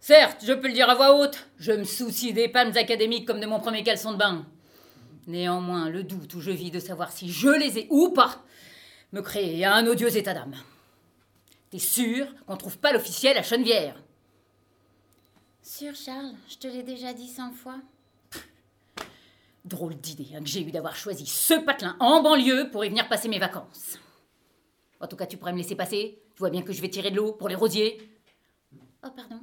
Certes, je peux le dire à voix haute, je me soucie des palmes académiques comme de mon premier caleçon de bain. Néanmoins, le doute où je vis de savoir si je les ai ou pas me crée un odieux état d'âme. T'es sûr qu'on trouve pas l'officiel à Chenevière? Sûr, Charles, je te l'ai déjà dit 100 fois. Drôle d'idée que j'ai eu d'avoir choisi ce patelin en banlieue pour y venir passer mes vacances. En tout cas, tu pourrais me laisser passer. Tu vois bien que je vais tirer de l'eau pour les rosiers. Oh, pardon.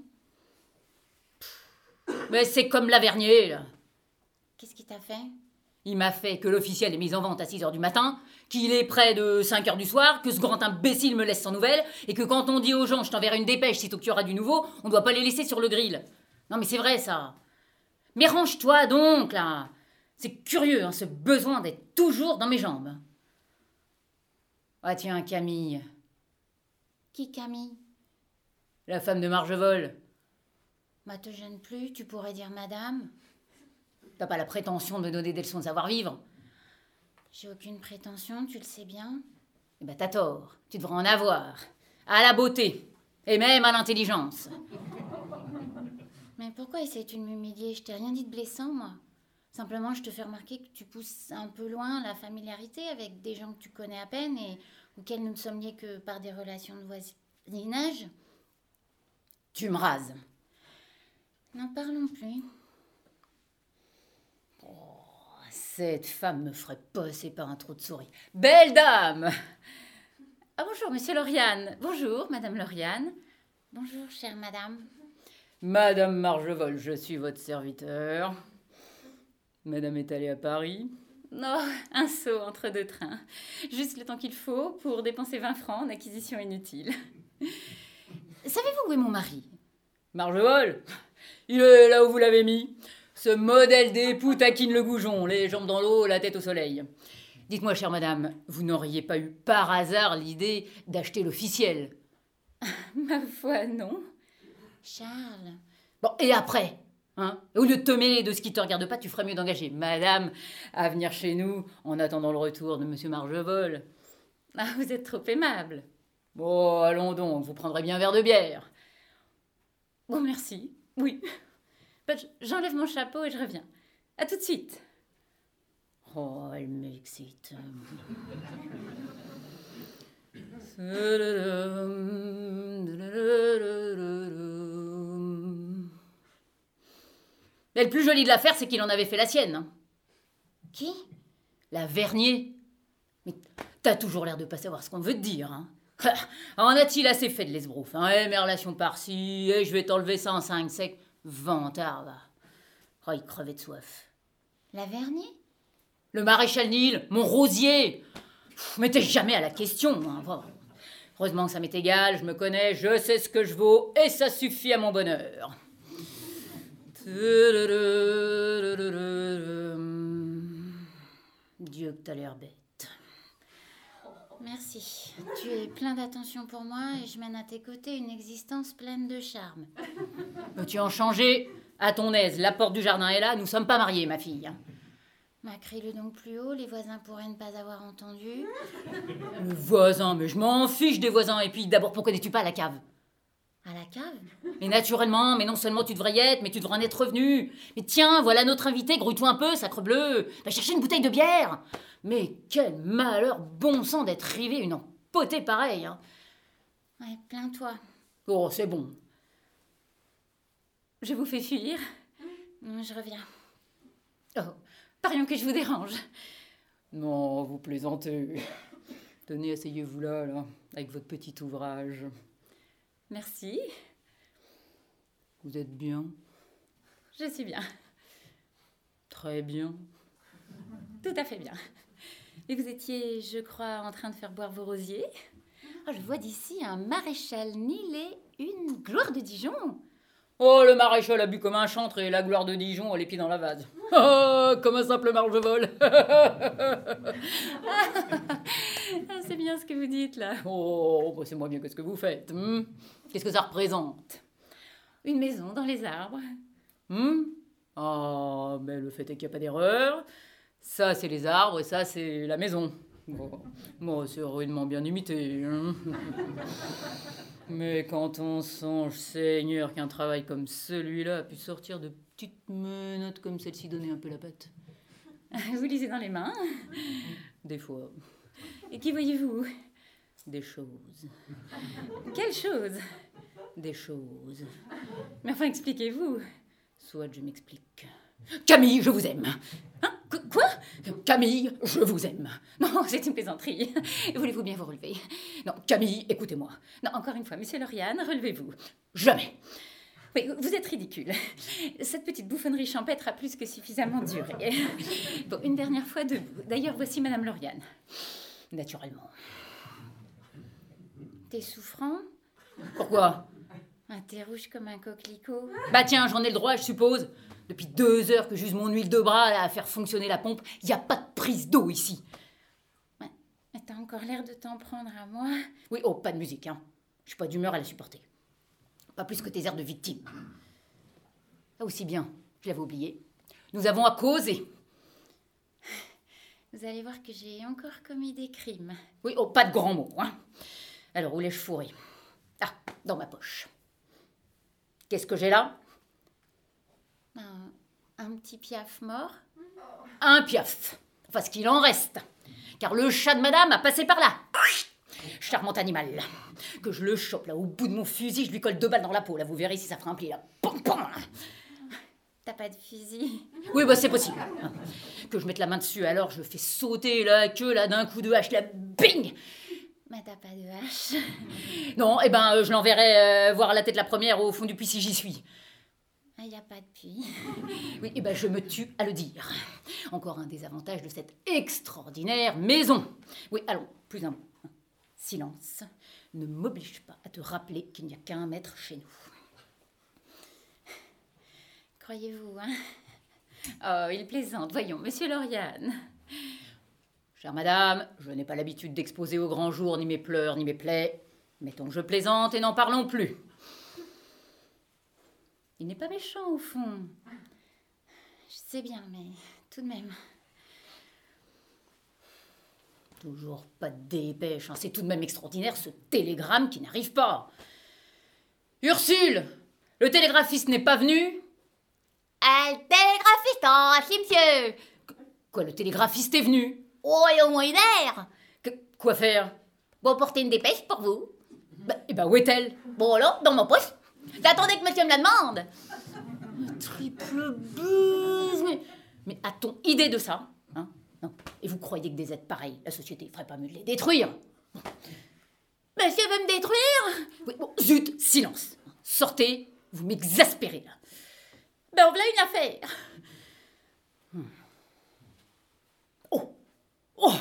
Mais c'est comme Lavernier, là. Qu'est-ce qui t'a fait? Il m'a fait que l'officiel est mis en vente à 6h du matin, qu'il est près de 5h du soir, que ce grand imbécile me laisse sans nouvelles, et que quand on dit aux gens « je t'enverrai une dépêche sitôt qu'il y aura du nouveau », on doit pas les laisser sur le grill. Non mais c'est vrai ça. Mais range-toi donc, là. C'est curieux, hein, ce besoin d'être toujours dans mes jambes. Ah tiens, Camille. Qui, Camille? La femme de Margevol. Bah, te gêne plus, tu pourrais dire madame. T'as pas la prétention de me donner des leçons de savoir-vivre? J'ai aucune prétention, tu le sais bien. Eh ben t'as tort, tu devrais en avoir. À la beauté, et même à l'intelligence. Mais pourquoi essayes-tu de m'humilier? Je t'ai rien dit de blessant, moi. Simplement, je te fais remarquer que tu pousses un peu loin la familiarité avec des gens que tu connais à peine et auxquels nous ne sommes liés que par des relations de voisinage. Tu me rases. N'en parlons plus. Cette femme me ferait passer par un trou de souris. Belle dame! Ah bonjour, monsieur Lauriane. Bonjour, madame Lauriane. Bonjour, chère madame. Madame Margevol, je suis votre serviteur. Madame est allée à Paris. Non, un saut entre deux trains. Juste le temps qu'il faut pour dépenser 20 francs en acquisition inutile. Savez-vous où est mon mari? Margevol? Il est là où vous l'avez mis. Ce modèle d'époux taquine le goujon, les jambes dans l'eau, la tête au soleil. Dites-moi, chère madame, vous n'auriez pas eu par hasard l'idée d'acheter l'officiel? Ma foi, non. Charles. Bon, et après hein? Au lieu de te mêler de ce qui te regarde pas, tu ferais mieux d'engager madame à venir chez nous en attendant le retour de monsieur Margevol. Ah, vous êtes trop aimable. Bon, allons donc, vous prendrez bien un verre de bière. Bon, merci. Oui. Ben, j'enlève mon chapeau et je reviens. À tout de suite. Oh, elle m'excite. Mais le plus joli de l'affaire, c'est qu'il en avait fait la sienne. Hein. Qui? La Vernier. Mais t'as toujours l'air de pas savoir ce qu'on veut te dire. Hein. En a-t-il assez fait de l'esbrouf hein? Mes relations par-ci, je vais t'enlever ça en 5 secs. Vantard, va. Oh, il crevait de soif. La Vernier? Le maréchal Nil, mon rosier. Mettez jamais à la question. Hein. Heureusement que ça m'est égal, je me connais, je sais ce que je vaux, et ça suffit à mon bonheur. Dieu que t'as l'air bête. Merci. Tu es plein d'attention pour moi et je mène à tes côtés une existence pleine de charme. Veux-tu en changer? À ton aise, la porte du jardin est là, nous sommes pas mariés, ma fille. Crie-le donc plus haut, les voisins pourraient ne pas avoir entendu. Le voisin, mais je m'en fiche des voisins. Et puis d'abord, pourquoi n'es-tu pas à la cave? À la cave? Mais naturellement, mais non seulement tu devrais y être, mais tu devrais en être revenu. Mais tiens, voilà notre invité, grouille-toi un peu, sacre bleu. Va chercher une bouteille de bière. Mais quel malheur, bon sang, d'être rivé une empotée pareille. Hein. Ouais, plains-toi. Oh, c'est bon. Je vous fais fuir? Je reviens. Oh, parions que je vous dérange. Non, vous plaisantez. Tenez, asseyez-vous là, avec votre petit ouvrage. Merci. Vous êtes bien? Je suis bien. Très bien. Tout à fait bien. Et vous étiez, je crois, en train de faire boire vos rosiers. Oh, je vois d'ici un maréchal Nil et une gloire de Dijon. Oh, le maréchal a bu comme un chantre et la gloire de Dijon a les pieds dans la vase. Oh, comme un simple Margevol. C'est bien ce que vous dites, là. Oh, bah c'est moins bien que ce que vous faites. Qu'est-ce que ça représente? Une maison dans les arbres. Ah, mais le fait est qu'il n'y a pas d'erreur. Ça, c'est les arbres et ça, c'est la maison. Bon, c'est rudement bien imité. Hein. Mais quand on songe, Seigneur, qu'un travail comme celui-là a pu sortir de petites menottes comme celle-ci donner un peu la patte. Vous lisez dans les mains? Des fois, Et qui voyez-vous? des choses. Quelle chose? Des choses. Mais enfin, expliquez-vous. Soit je m'explique. Camille, je vous aime. Hein? Quoi? Camille, je vous aime. Non, c'est une plaisanterie. Voulez-vous bien vous relever? Non, Camille, écoutez-moi. Non, encore une fois, monsieur Lauriane, relevez-vous. Jamais. Oui, vous êtes ridicule. Cette petite bouffonnerie champêtre a plus que suffisamment duré. Bon, une dernière fois debout. D'ailleurs, voici madame Lauriane. Naturellement. T'es souffrant? Pourquoi? T'es rouge comme un coquelicot. Bah tiens, j'en ai le droit, je suppose. Depuis 2 heures que j'use mon huile de bras là, à faire fonctionner la pompe, y a pas de prise d'eau ici. Mais t'as encore l'air de t'en prendre à moi. Oui, oh, pas de musique, hein. Je suis pas d'humeur à la supporter. Pas plus que tes airs de victime. Ah, aussi bien, je l'avais oublié. Nous avons à causer. Vous allez voir que j'ai encore commis des crimes. Oui, oh, pas de grands mots, hein. Alors, où l'ai-je fourré? Ah, dans ma poche. Qu'est-ce que j'ai là? Un petit piaf mort. Un piaf. Enfin, ce qu'il en reste. Car le chat de madame a passé par là. Charmant animal. Que je le chope là au bout de mon fusil, je lui colle 2 balles dans la peau. Là, vous verrez si ça fera un pli là. Pom, pom. T'as pas de fusil? Oui, bah c'est possible. Que je mette la main dessus, alors je fais sauter la queue là d'un coup de hache, là, bing. Mais t'as pas de hache. Non, eh ben je l'enverrai voir la tête la première au fond du puits si j'y suis. Y a pas de puits. Oui, eh ben je me tue à le dire. Encore un des avantages de cette extraordinaire maison. Oui, allons, plus un mot. Silence. Ne m'oblige pas à te rappeler qu'il n'y a qu'1 mètre chez nous. Croyez-vous, hein? Oh, il plaisante. Voyons, monsieur Lauriane. Chère madame, je n'ai pas l'habitude d'exposer au grand jour ni mes pleurs ni mes plaies. Mettons que je plaisante et n'en parlons plus. Il n'est pas méchant au fond. Je sais bien, mais tout de même. Toujours pas de dépêche, hein. C'est tout de même extraordinaire ce télégramme qui n'arrive pas. Ursule, le télégraphiste n'est pas venu? Le télégraphiste, si monsieur. Quoi, le télégraphiste est venu? Oh, et au moins 1 heure. Quoi faire? Bon, porter une dépêche pour vous. Où est-elle? Bon, alors, dans mon poche. J'attendais que monsieur me la demande. Triple buse. Mais a-t-on idée de ça, hein? Non. Et vous croyez que des êtres pareils, la société ne ferait pas mieux de les détruire? Monsieur veut me détruire? Oui, bon, zut, silence. Sortez, vous m'exaspérez là. Ben, voilà une affaire. Oh! Oh!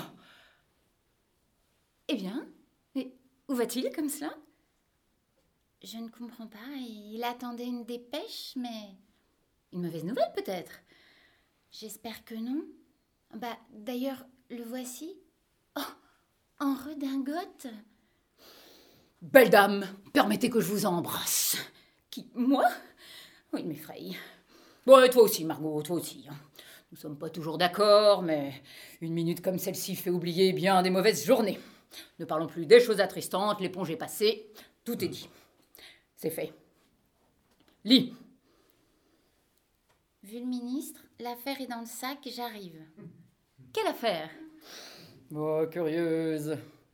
Eh bien, mais où va-t-il comme cela? Je ne comprends pas. Il attendait une dépêche, mais... Une mauvaise nouvelle peut-être? J'espère que non. D'ailleurs, le voici. Oh, en redingote. Belle dame, permettez que je vous embrasse. Qui, moi? Oui, il m'effraie. Bon, et toi aussi, Margot, toi aussi. Nous sommes pas toujours d'accord, mais une minute comme celle-ci fait oublier bien des mauvaises journées. Ne parlons plus des choses attristantes, l'éponge est passée, tout est dit. C'est fait. Lis. Vu le ministre, l'affaire est dans le sac, j'arrive. Quelle affaire? Oh, curieuse.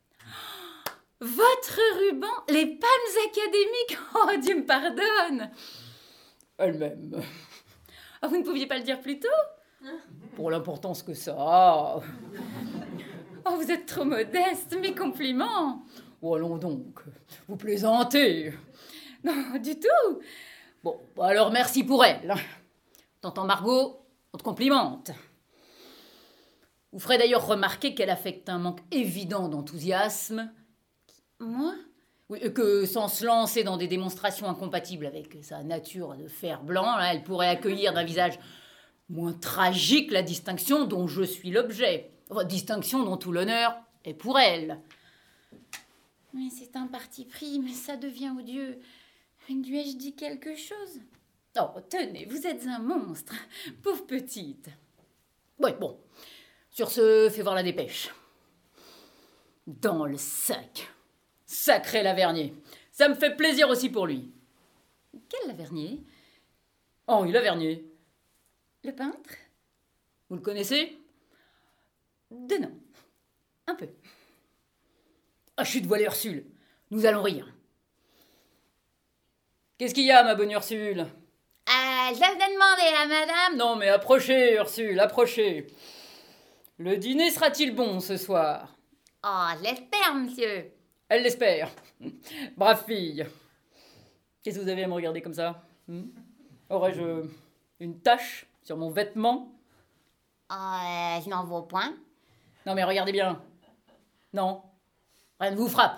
Votre ruban, les palmes académiques. Oh, Dieu me pardonne. Elle-même. Oh, vous ne pouviez pas le dire plus tôt? Pour l'importance que ça a. Oh, vous êtes trop modeste, mes compliments. Oh, allons donc, vous plaisantez. Non, du tout. Bon, alors merci pour elle. T'entends, Margot? On te complimente. Vous ferez d'ailleurs remarquer qu'elle affecte un manque évident d'enthousiasme. Moi? Oui, et que sans se lancer dans des démonstrations incompatibles avec sa nature de fer blanc, là, elle pourrait accueillir d'un visage moins tragique la distinction dont je suis l'objet. Enfin, distinction dont tout l'honneur est pour elle. Mais c'est un parti pris, mais ça devient odieux. Lui ai-je dit quelque chose? Oh, tenez, vous êtes un monstre, pauvre petite. Oui, bon. Sur ce, fais voir la dépêche. Dans le sac. Sacré Lavernier. Ça me fait plaisir aussi pour lui. Quel Lavernier? Henri Lavernier. Le peintre? Vous le connaissez? De nom. Un peu. Ah, chut, voilà Ursule. Nous allons rire. Qu'est-ce qu'il y a, ma bonne Ursule? Je vais demander à madame. Non, mais approchez, Ursule, approchez. Le dîner sera-t-il bon ce soir? Oh, je l'espère, monsieur. Elle l'espère. Brave fille. Qu'est-ce que vous avez à me regarder comme ça? Aurais-je une tache sur mon vêtement? Je n'en vois point. Non, mais regardez bien. Non. Rien ne vous frappe.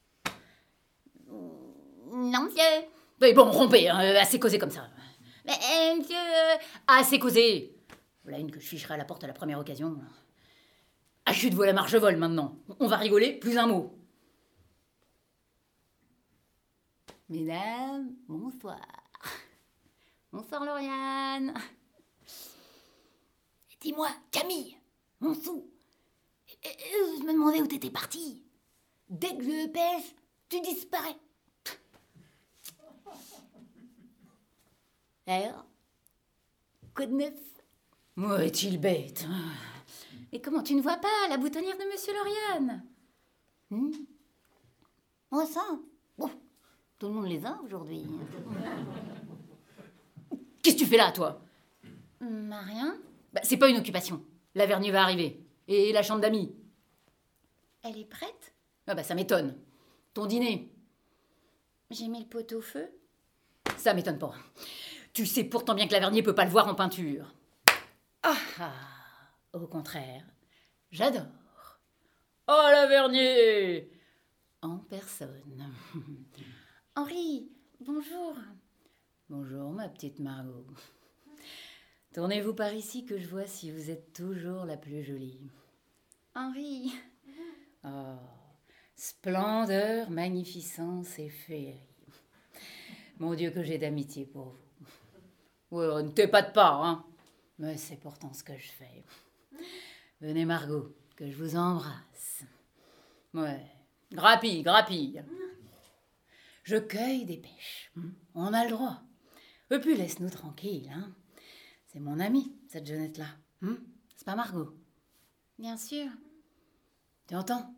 Non, monsieur. Mais bon, rompez, hein, assez causé comme ça. Mais, monsieur... Assez causé. Voilà une que je ficherai à la porte à la première occasion. Ah, chut, voilà Marchevol maintenant. On va rigoler, plus un mot. Mesdames, bonsoir. Bonsoir, Lauriane. Dis-moi, Camille, mon sou. Je me demandais où t'étais partie. Dès que je pêche, tu disparais. Alors, quoi de neuf? Moi, est-il bête? Et comment tu ne vois pas la boutonnière de Monsieur Lauriane? Oh, ça. Bon, tout le monde les a aujourd'hui. Qu'est-ce que tu fais là, toi? Rien. Bah, c'est pas une occupation. Lavernier va arriver. Et la chambre d'amis. Elle est prête? Ah bah ça m'étonne. Ton dîner, J'ai mis le pot au feu. ça m'étonne pas. Tu sais pourtant bien que Lavernier peut pas le voir en peinture. Au contraire, j'adore. Oh, Lavernier! En personne. Henri, bonjour. Bonjour, ma petite Margot. Tournez-vous par ici que je vois si vous êtes toujours la plus jolie. Henri. Oh, splendeur, magnificence et féerie. Mon Dieu, que j'ai d'amitié pour vous. Ouais, ne t'aie pas de part, hein. Mais c'est pourtant ce que je fais. Venez, Margot, que je vous embrasse. Ouais, grappille, grappille. Je cueille des pêches. On a le droit. Et puis laisse-nous tranquilles, hein. C'est mon amie, cette jeunette-là. C'est pas Margot. Bien sûr. Tu entends?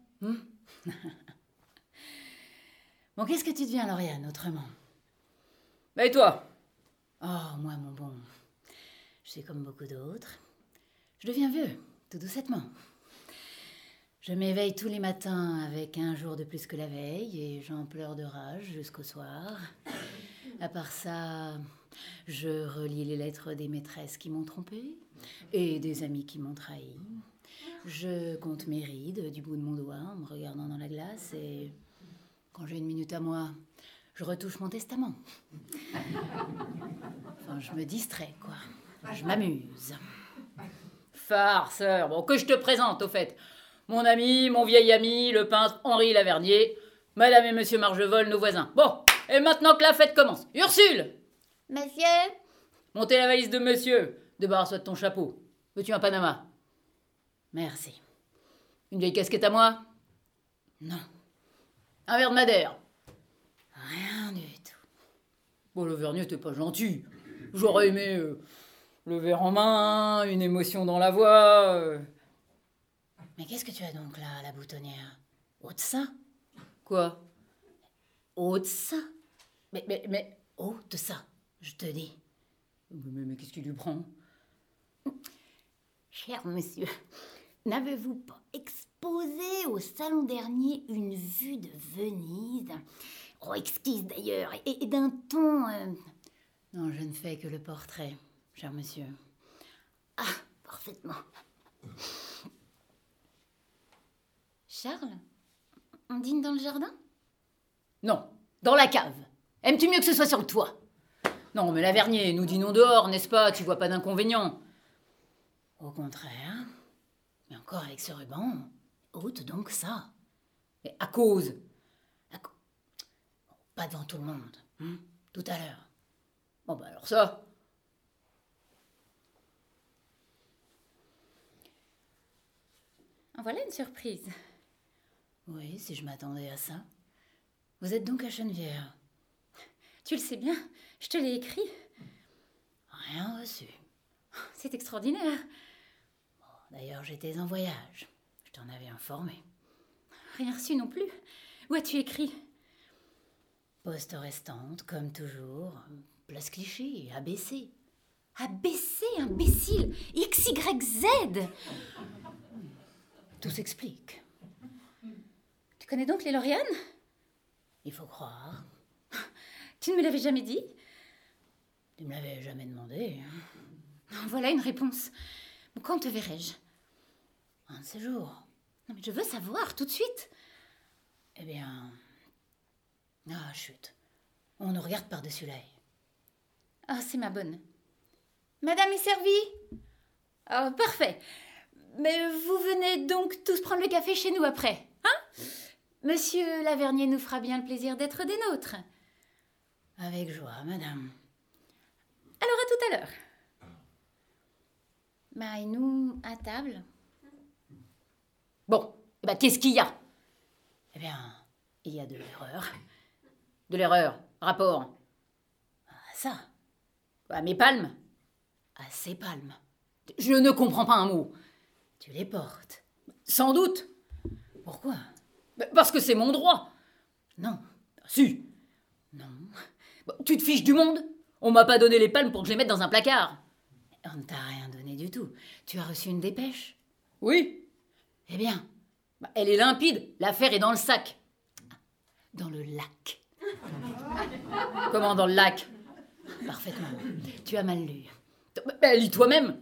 Bon, qu'est-ce que tu deviens, Lauriane, autrement? Bah, et toi? Oh, moi, mon bon, je suis comme beaucoup d'autres. Je deviens vieux, tout doucettement. Je m'éveille tous les matins avec un jour de plus que la veille et j'en pleure de rage jusqu'au soir. À part ça, je relis les lettres des maîtresses qui m'ont trompée et des amis qui m'ont trahi. Je compte mes rides du bout de mon doigt en me regardant dans la glace et quand j'ai une minute à moi, je retouche mon testament. Enfin, je me distrais, quoi. Je m'amuse. Farceur. Bon, que je te présente, au fait. Mon ami, mon vieil ami, le peintre Henri Lavernier, Madame et Monsieur Margevol, nos voisins. Bon, et maintenant que la fête commence. Ursule! Monsieur? Montez la valise de monsieur. Débarrasse-toi de ton chapeau. Veux-tu un Panama? Merci. Une vieille casquette à moi? Non. Un verre de Madère? Rien du tout. Bon, Lavernier, t'es pas gentil. J'aurais aimé le verre en main, une émotion dans la voix. Mais qu'est-ce que tu as donc là, la boutonnière? Haut de ça? Quoi? Haut de ça? Mais haut de ça, je te dis. Mais qu'est-ce qui lui prend? Cher monsieur, n'avez-vous pas exposé au salon dernier une vue de Venise? Oh, exquise d'ailleurs, et d'un ton... Non, je ne fais que le portrait, cher monsieur. Ah, parfaitement. Charles, on dîne dans le jardin? Non, dans la cave. Aimes-tu mieux que ce soit sur le toit? Non, mais Lavernier, nous dînons dehors, n'est-ce pas? Tu vois pas d'inconvénient? Au contraire. Mais encore avec ce ruban, ôte donc ça. Mais à cause. Pas devant tout le monde. Tout à l'heure. Bon, bah alors ça. En voilà une surprise. Oui, si je m'attendais à ça. Vous êtes donc à Chenevière. Tu le sais bien, je te l'ai écrit. Rien reçu. C'est extraordinaire. D'ailleurs, j'étais en voyage. Je t'en avais informé. Rien reçu non plus. Où as-tu écrit? Poste restante, comme toujours. Place Clichy, ABC. ABC, imbécile. XYZ. Tout s'explique. Tu connais donc les Lauriane? Il faut croire. Tu ne me l'avais jamais dit? Tu me l'avais jamais demandé. Voilà une réponse. Quand te verrai-je? Un de ces jours. Non mais je veux savoir, tout de suite. Eh bien... Ah, chut. On nous regarde par-dessus l'œil. Ah, c'est ma bonne. Madame est servie? Ah, parfait. Mais vous venez donc tous prendre le café chez nous après, hein? Monsieur Lavernier nous fera bien le plaisir d'être des nôtres. Avec joie, madame. Alors à tout à l'heure. Et nous, à table? Bon, qu'est-ce qu'il y a? Eh bien, il y a de l'erreur. De l'erreur. Rapport. Ah, ça. Mes palmes? À ces palmes. Je ne comprends pas un mot. Tu les portes. Sans doute. Pourquoi? Parce que c'est mon droit. Non. Si. Non. Tu te fiches du monde? On m'a pas donné les palmes pour que je les mette dans un placard. On ne t'a rien donné du tout. Tu as reçu une dépêche? Oui. Eh bien, Elle est limpide. L'affaire est dans le sac. dans le lac. Comment dans le lac? Parfaitement. Tu as mal lu. Lis toi-même.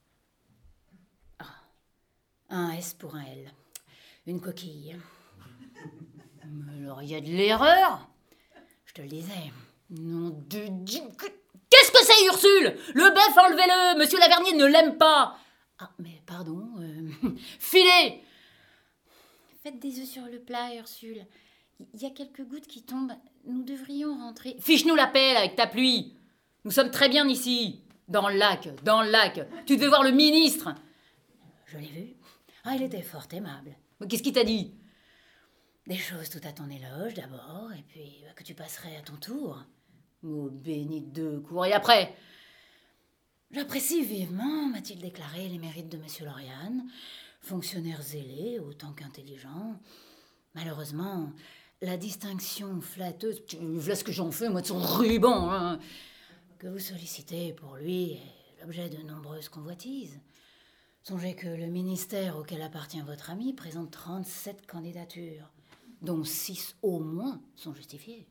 Un S pour un L. Une coquille. Mais alors, il y a de l'erreur. Je te le disais. Nom de Dieu. Qu'est-ce que c'est, Ursule? Le bœuf, enlevez-le. Monsieur Lavernier ne l'aime pas. Ah, mais pardon. Filez. Faites des œufs sur le plat, Ursule. Il y a quelques gouttes qui tombent. Nous devrions rentrer. Fiche-nous la pelle avec ta pluie. Nous sommes très bien ici. Dans le lac, dans le lac. Tu devais voir le ministre. Je l'ai vu. Ah, il était fort aimable. Mais qu'est-ce qu'il t'a dit? Des choses tout à ton éloge d'abord, et puis que tu passerais à ton tour. Oh, béni de deux cours. Et après? J'apprécie vivement, m'a-t-il déclaré, les mérites de Monsieur Lauriane, fonctionnaire zélé autant qu'intelligent. Malheureusement, la distinction flatteuse, Voilà ce que j'en fais, moi, de son ruban. Hein. que vous sollicitez pour lui est l'objet de nombreuses convoitises. Songez que le ministère auquel appartient votre ami présente 37 candidatures, dont 6 au moins sont justifiées.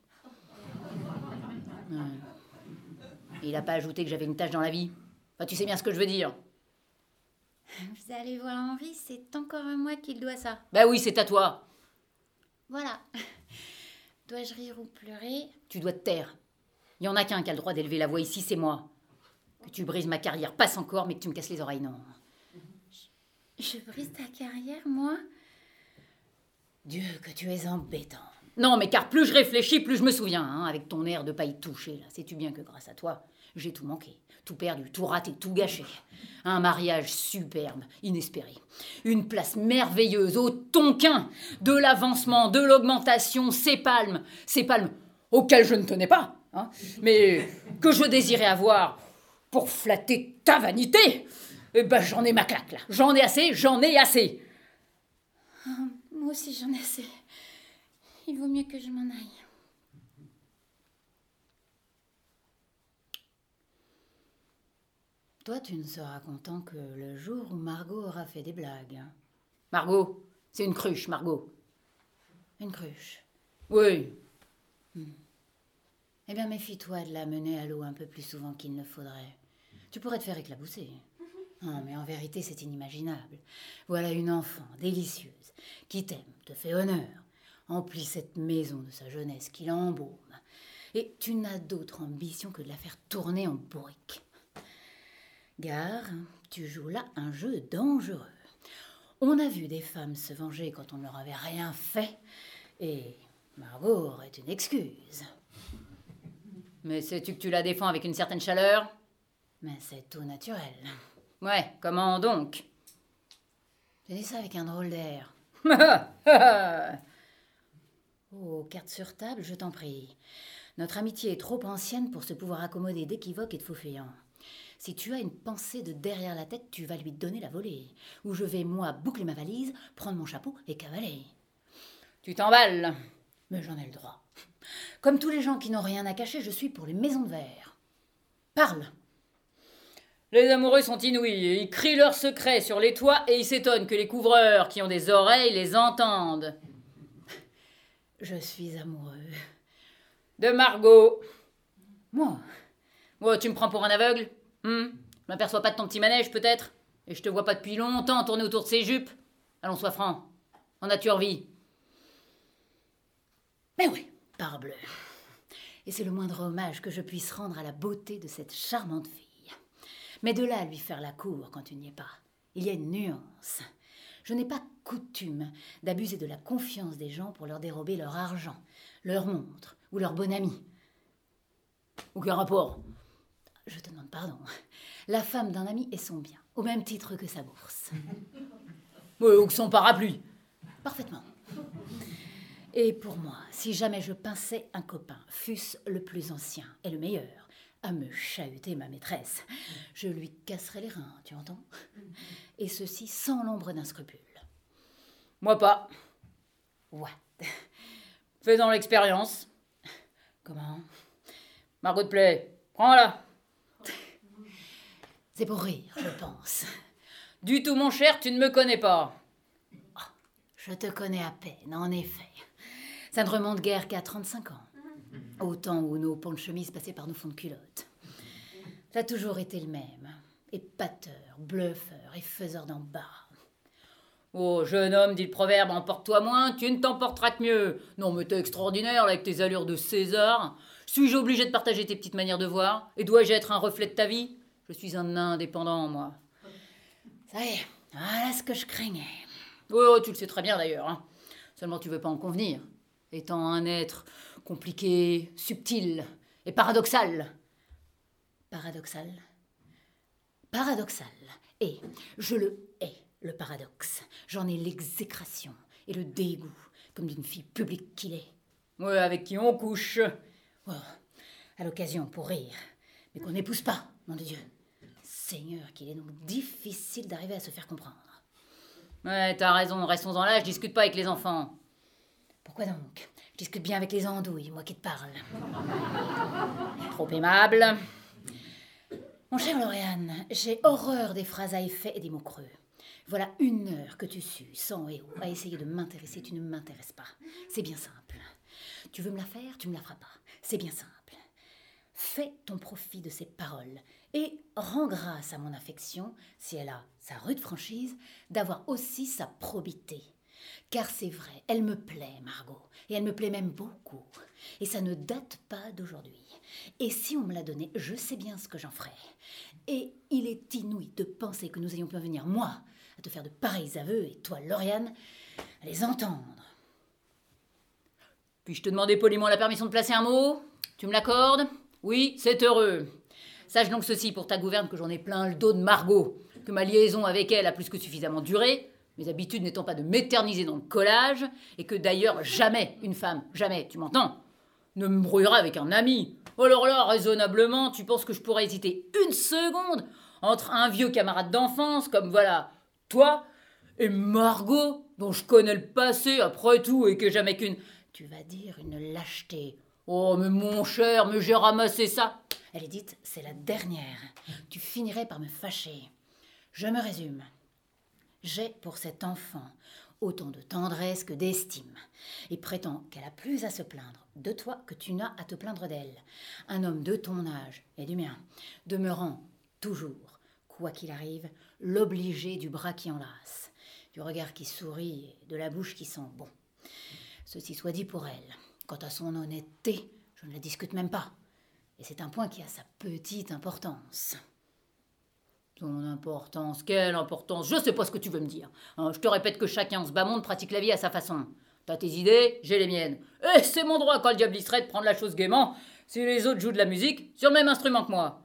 Il n'a pas ajouté que j'avais une tâche dans la vie. Enfin, tu sais bien ce que je veux dire. Vous allez voir Henri, c'est encore à moi qu'il doit ça. Oui, c'est à toi. Voilà. Dois-je rire ou pleurer? Tu dois te taire. Il y en a qu'un qui a le droit d'élever la voix ici, c'est moi. Que tu brises ma carrière, passe encore, mais que tu me casses les oreilles, non. Je brise ta carrière, moi? Dieu, que tu es embêtant. Non, mais car plus je réfléchis, plus je me souviens, hein, avec ton air de paille touchée, là. Sais-tu bien que grâce à toi, j'ai tout manqué, tout perdu, tout raté, tout gâché. Un mariage superbe, inespéré. Une place merveilleuse au Tonkin. De l'avancement, de l'augmentation, ces palmes auxquelles je ne tenais pas, hein, mais que je désirais avoir pour flatter ta vanité. J'en ai ma claque, là. J'en ai assez. Moi aussi, j'en ai assez. Il vaut mieux que je m'en aille. Toi, tu ne seras content que le jour où Margot aura fait des blagues. Margot, c'est une cruche, Margot. Une cruche. Oui. Eh bien, méfie-toi de la mener à l'eau un peu plus souvent qu'il ne faudrait. Tu pourrais te faire éclabousser. Non, mais en vérité, c'est inimaginable. Voilà une enfant délicieuse, qui t'aime, te fait honneur, emplit cette maison de sa jeunesse qui l'embaume. Et tu n'as d'autre ambition que de la faire tourner en bourrique. Gare, tu joues là un jeu dangereux. On a vu des femmes se venger quand on ne leur avait rien fait, et Margot aurait une excuse. Mais sais-tu que tu la défends avec une certaine chaleur? Mais c'est tout naturel. Ouais, comment donc? Je dis ça avec un drôle d'air. Oh, carte sur table, je t'en prie. Notre amitié est trop ancienne pour se pouvoir accommoder d'équivoques et de faux fuyants. Si tu as une pensée de derrière la tête, tu vas lui donner la volée. Ou je vais, moi, boucler ma valise, prendre mon chapeau et cavaler. Tu t'emballes. Mais j'en ai le droit. Comme tous les gens qui n'ont rien à cacher, je suis pour les maisons de verre. Parle. Les amoureux sont inouïs. Ils crient leurs secrets sur les toits et ils s'étonnent que les couvreurs qui ont des oreilles les entendent. Je suis amoureux. De Margot. Moi? Oh, tu me prends pour un aveugle? Je m'aperçois pas de ton petit manège, peut-être? Et je te vois pas depuis longtemps tourner autour de ses jupes? Allons, sois franc. En as-tu envie? Mais oui, parbleu. Et c'est le moindre hommage que je puisse rendre à la beauté de cette charmante fille. Mais de là à lui faire la cour quand tu n'y es pas, il y a une nuance. Je n'ai pas coutume d'abuser de la confiance des gens pour leur dérober leur argent, leur montre ou leur bon ami. Aucun rapport. Je te demande pardon. La femme d'un ami est son bien, au même titre que sa bourse. Ou que son parapluie. Parfaitement. Et pour moi, si jamais je pinçais un copain, fût-ce le plus ancien et le meilleur, à me chahuter ma maîtresse, je lui casserais les reins, tu entends? Et ceci sans l'ombre d'un scrupule. Moi pas. What? Faisons l'expérience. Comment? Margot te plaît. Prends-la. C'est pour rire, je pense. Du tout, mon cher, tu ne me connais pas. Oh, je te connais à peine, en effet. Ça ne remonte guère qu'à 35 ans. Au temps où nos ponts de chemise passaient par nos fonds de culottes. T'as toujours été le même. Épateur, bluffeur et faiseur d'embarras. Oh, jeune homme, dit le proverbe, emporte-toi moins, tu ne t'emporteras que mieux. Non, mais t'es extraordinaire, là, avec tes allures de César. Suis-je obligé de partager tes petites manières de voir? Et dois-je être un reflet de ta vie? Je suis un indépendant, moi. Ça y est, voilà ce que je craignais. Oh, tu le sais très bien, d'ailleurs. Hein. Seulement, tu veux pas en convenir. Étant un être compliqué, subtil et paradoxal. Paradoxal? Paradoxal. Et je le hais, le paradoxe. J'en ai l'exécration et le dégoût, comme d'une fille publique qu'il est. Ouais, avec qui on couche. Oh, à l'occasion, pour rire. Mais qu'on n'épouse pas, nom de Dieu. Seigneur, qu'il est donc difficile d'arriver à se faire comprendre. Ouais, t'as raison, restons-en là, je discute pas avec les enfants. Pourquoi donc? Je discute bien avec les andouilles, moi qui te parle. Trop aimable. Mon cher Lauriane, j'ai horreur des phrases à effet et des mots creux. Voilà 1 heure que tu sues, sans et à essayer de m'intéresser, tu ne m'intéresses pas. C'est bien simple. Tu veux me la faire, tu me la feras pas. C'est bien simple. Fais ton profit de ces paroles et rends grâce à mon affection, si elle a sa rude franchise, d'avoir aussi sa probité. Car c'est vrai, elle me plaît, Margot, et elle me plaît même beaucoup. Et ça ne date pas d'aujourd'hui. Et si on me l'a donnée, je sais bien ce que j'en ferai. Et il est inouï de penser que nous ayons pu venir, moi, à te faire de pareils aveux, et toi, Lauriane, à les entendre. Puis-je te demander poliment la permission de placer un mot? Tu me l'accordes? Oui, c'est heureux. Sache donc ceci pour ta gouverne que j'en ai plein le dos de Margot, que ma liaison avec elle a plus que suffisamment duré, mes habitudes n'étant pas de m'éterniser dans le collage, et que d'ailleurs jamais une femme, jamais, tu m'entends, ne me brouillera avec un ami. Alors là, raisonnablement, tu penses que je pourrais hésiter 1 seconde entre un vieux camarade d'enfance, comme voilà, toi, et Margot, dont je connais le passé après tout, et que jamais qu'une... Tu vas dire une lâcheté. Oh, mais mon cher, mais j'ai ramassé ça. Elle est dite, c'est la dernière. Tu finirais par me fâcher. Je me résume. J'ai pour cet enfant autant de tendresse que d'estime, et prétend qu'elle a plus à se plaindre de toi que tu n'as à te plaindre d'elle. Un homme de ton âge et du mien demeurant toujours, quoi qu'il arrive, l'obligé du bras qui enlace, du regard qui sourit et de la bouche qui sent bon. Ceci soit dit pour elle. Quant à son honnêteté, je ne la discute même pas. Et c'est un point qui a sa petite importance. Son importance, quelle importance? Je sais pas ce que tu veux me dire. Hein, je te répète que chacun en ce bas monde pratique la vie à sa façon. T'as tes idées, j'ai les miennes. Et c'est mon droit quand le diable y serait de prendre la chose gaiement si les autres jouent de la musique sur le même instrument que moi.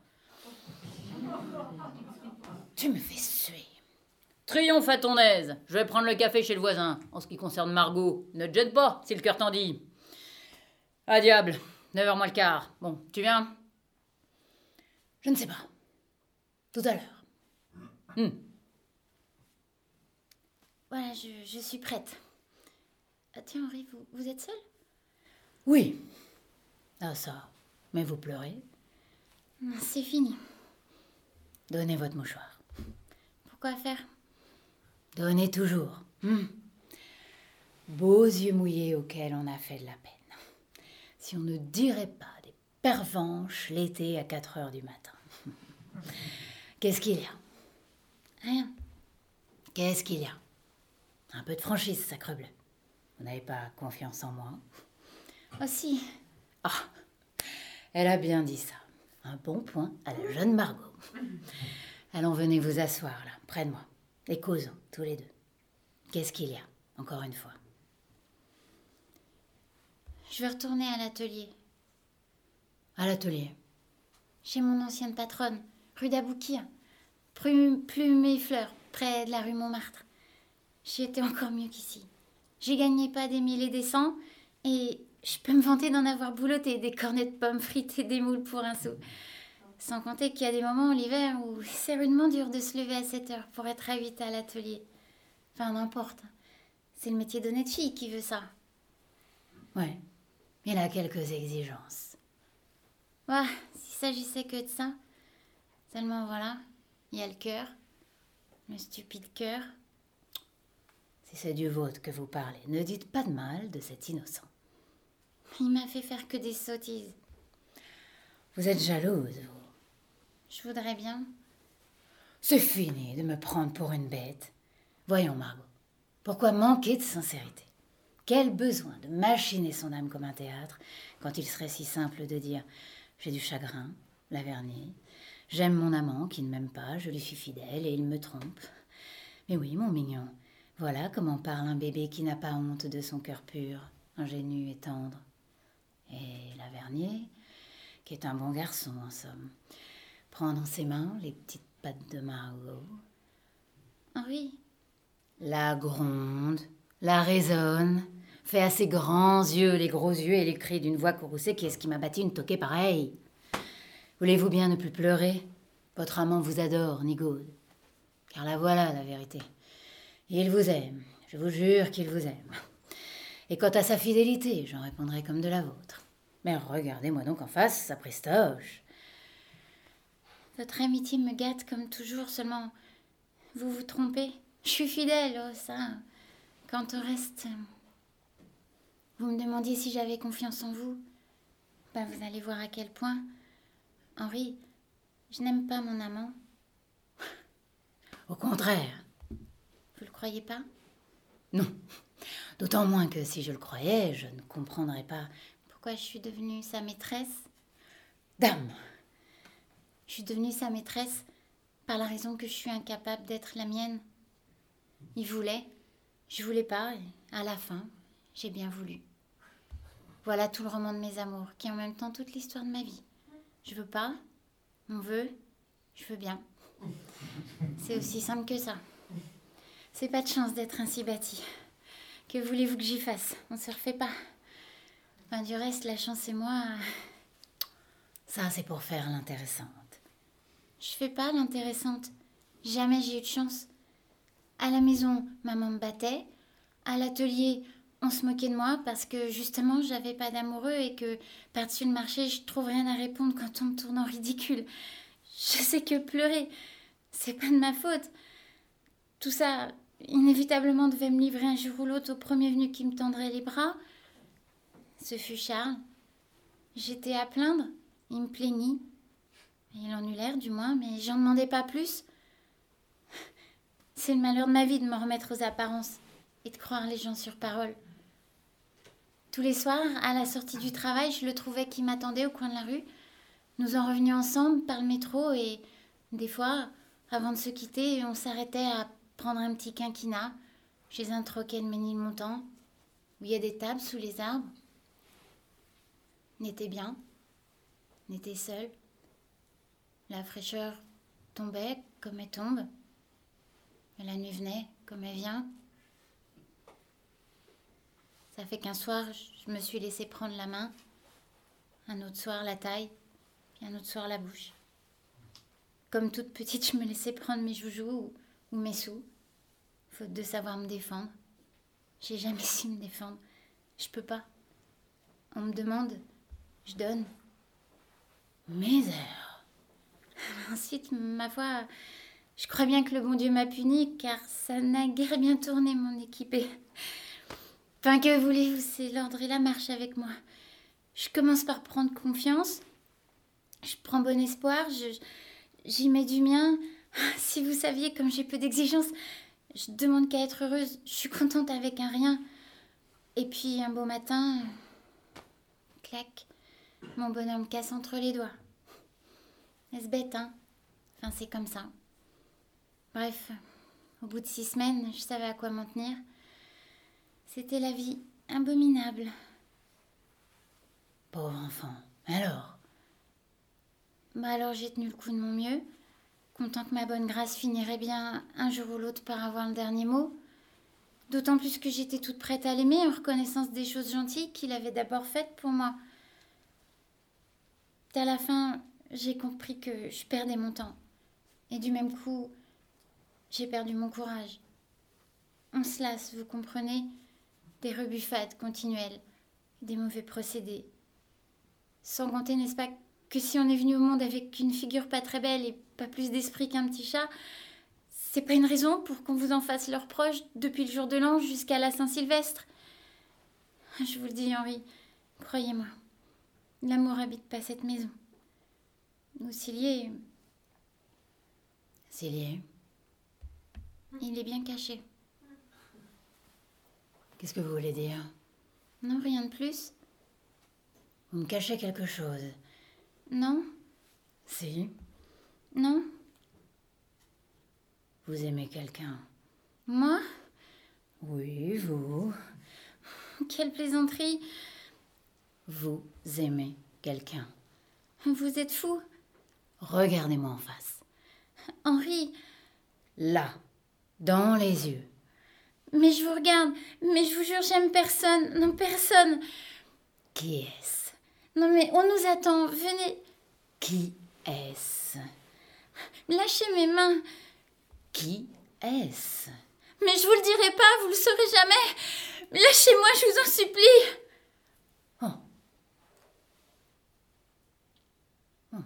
Tu me fais suer. Triomphe à ton aise. Je vais prendre le café chez le voisin. En ce qui concerne Margot, ne te jette pas si le cœur t'en dit. Ah diable, 9h moins le quart. Bon, tu viens? Je ne sais pas. Tout à l'heure. Voilà, je suis prête. Ah, tiens, Henri, vous êtes seul? Oui. Ah ça. Mais vous pleurez? Non, c'est fini. Donnez votre mouchoir. Pourquoi faire? Donnez toujours. Beaux yeux mouillés auxquels on a fait de la peine. Si on ne dirait pas des pervenches l'été à 4h du matin. Qu'est-ce qu'il y a? Rien. Qu'est-ce qu'il y a? Un peu de franchise, sacrebleu. Vous n'avez pas confiance en moi? Oh si. Ah, elle a bien dit ça. Un bon point à la jeune Margot. Allons, venez vous asseoir là, près de moi. Et causons, tous les deux. Qu'est-ce qu'il y a, encore une fois? Je veux retourner à l'atelier. À l'atelier? Chez mon ancienne patronne, rue d'Aboukir. Plume et fleurs, près de la rue Montmartre. J'y étais encore mieux qu'ici. J'y gagnais pas des mille et des cents, et je peux me vanter d'en avoir boulotté des cornets de pommes frites et des moules pour un sou. Sans compter qu'il y a des moments l'hiver où c'est rudement dur de se lever à 7h pour être à 8 à l'atelier. Enfin, n'importe. C'est le métier d'honnête fille qui veut ça. Ouais, il a quelques exigences. Ouais, s'il s'agissait que de ça. Seulement voilà, il y a le cœur. Le stupide cœur. Si c'est du vôtre que vous parlez, ne dites pas de mal de cet innocent. Il m'a fait faire que des sottises. Vous êtes jalouse, vous. Je voudrais bien. C'est fini de me prendre pour une bête. Voyons, Margot, pourquoi manquer de sincérité? Quel besoin de machiner son âme comme un théâtre quand il serait si simple de dire « j'ai du chagrin, Lavernier, j'aime mon amant qui ne m'aime pas, je lui suis fidèle et il me trompe. Mais oui, mon mignon, voilà comment parle un bébé qui n'a pas honte de son cœur pur, ingénu et tendre. Et Lavernier, qui est un bon garçon en somme, prend dans ses mains les petites pattes de Margot, Henri, la gronde, la raisonne, fait à ses grands yeux, les gros yeux et les cris d'une voix courroucée qui est ce qui m'a bâti une toquée pareille. Voulez-vous bien ne plus pleurer? Votre amant vous adore, Nigaude. Car la voilà, la vérité. Il vous aime, je vous jure qu'il vous aime. Et quant à sa fidélité, j'en répondrai comme de la vôtre. Mais regardez-moi donc en face, sa prestoche. votre amitié me gâte comme toujours, seulement vous vous trompez. Je suis fidèle, oh ça. Quant au reste, vous me demandiez si j'avais confiance en vous. Ben, vous allez voir à quel point. Henri, je n'aime pas mon amant. Au contraire. Vous le croyez pas? Non. D'autant moins que si je le croyais, je ne comprendrais pas. Pourquoi je suis devenue sa maîtresse? Dame, Je suis devenue sa maîtresse par la raison que je suis incapable d'être la mienne. Il voulait, je voulais pas, et à la fin, j'ai bien voulu. Voilà tout le roman de mes amours, qui est en même temps toute l'histoire de ma vie. Je veux pas, on veut, je veux bien. C'est aussi simple que ça. C'est pas de chance d'être ainsi bâti. Que voulez-vous que j'y fasse? On se refait pas. Enfin, du reste, la chance et moi, ça c'est pour faire l'intéressante. je fais pas l'intéressante. Jamais j'ai eu de chance. À la maison, maman me battait. À l'atelier, on se moquait de moi parce que justement, j'avais pas d'amoureux et que par-dessus le marché, je trouve rien à répondre quand on me tourne en ridicule. Je sais que pleurer, c'est pas de ma faute. Tout ça, inévitablement, devait me livrer un jour ou l'autre au premier venu qui me tendrait les bras. Ce fut Charles. J'étais à plaindre, il me plaignit. Il en eut l'air, du moins, mais j'en demandais pas plus. C'est le malheur de ma vie de me remettre aux apparences et de croire les gens sur parole. Tous les soirs, à la sortie du travail, je le trouvais qui m'attendait au coin de la rue. Nous en revenions ensemble par le métro et, des fois, avant de se quitter, on s'arrêtait à prendre un petit quinquina chez un troquet de Ménilmontant, où il y a des tables sous les arbres. On était bien, on était seuls. La fraîcheur tombait comme elle tombe. Et la nuit venait comme elle vient. Ça fait qu'un soir, je me suis laissé prendre la main Un autre soir, la taille, puis un autre soir, la bouche. Comme toute petite, je me laissais prendre mes joujoux ou mes sous, faute de savoir me défendre. J'ai jamais su me défendre. Je peux pas. On me demande, je donne. Misère. Ensuite, ma foi, je crois bien que le bon Dieu m'a puni, car ça n'a guère bien tourné mon équipée. Enfin, que voulez-vous, c'est l'ordre et la marche avec moi. Je commence par prendre confiance, je prends bon espoir, j'y mets du mien. Si vous saviez comme j'ai peu d'exigences, je demande qu'à être heureuse, je suis contente avec un rien. Et puis un beau matin, clac, mon bonhomme casse entre les doigts. Est-ce bête, hein? Enfin, c'est comme ça. Bref, au bout de 6 semaines, je savais à quoi m'en tenir. C'était la vie abominable. Pauvre enfant. Alors? Alors j'ai tenu le coup de mon mieux, content que ma bonne grâce finirait bien un jour ou l'autre par avoir le dernier mot. D'autant plus que j'étais toute prête à l'aimer en reconnaissance des choses gentilles qu'il avait d'abord faites pour moi. À la fin, j'ai compris que je perdais mon temps. Et du même coup, j'ai perdu mon courage. On se lasse, vous comprenez? Des rebuffades continuelles, des mauvais procédés. Sans compter, n'est-ce pas, que si on est venu au monde avec une figure pas très belle et pas plus d'esprit qu'un petit chat, c'est pas une raison pour qu'on vous en fasse leur proche depuis le jour de l'an jusqu'à la Saint-Sylvestre. Je vous le dis, Henri, croyez-moi, l'amour habite pas cette maison. Nous, Cillier, il est bien caché. Qu'est-ce que vous voulez dire? Non, rien de plus. Vous me cachez quelque chose? Non, Si. non. Vous aimez quelqu'un? Moi? Oui, vous. Quelle plaisanterie. Vous aimez quelqu'un. Vous êtes fou. Regardez-moi en face. Henri, Là, dans les yeux. mais je vous regarde. Mais je vous jure, j'aime personne. Non, personne. Qui est-ce? Non, mais on nous attend. Venez. Qui est-ce? Lâchez mes mains. Qui est-ce? Mais je vous le dirai pas, vous le saurez jamais. Lâchez-moi, je vous en supplie. Oh. Oh.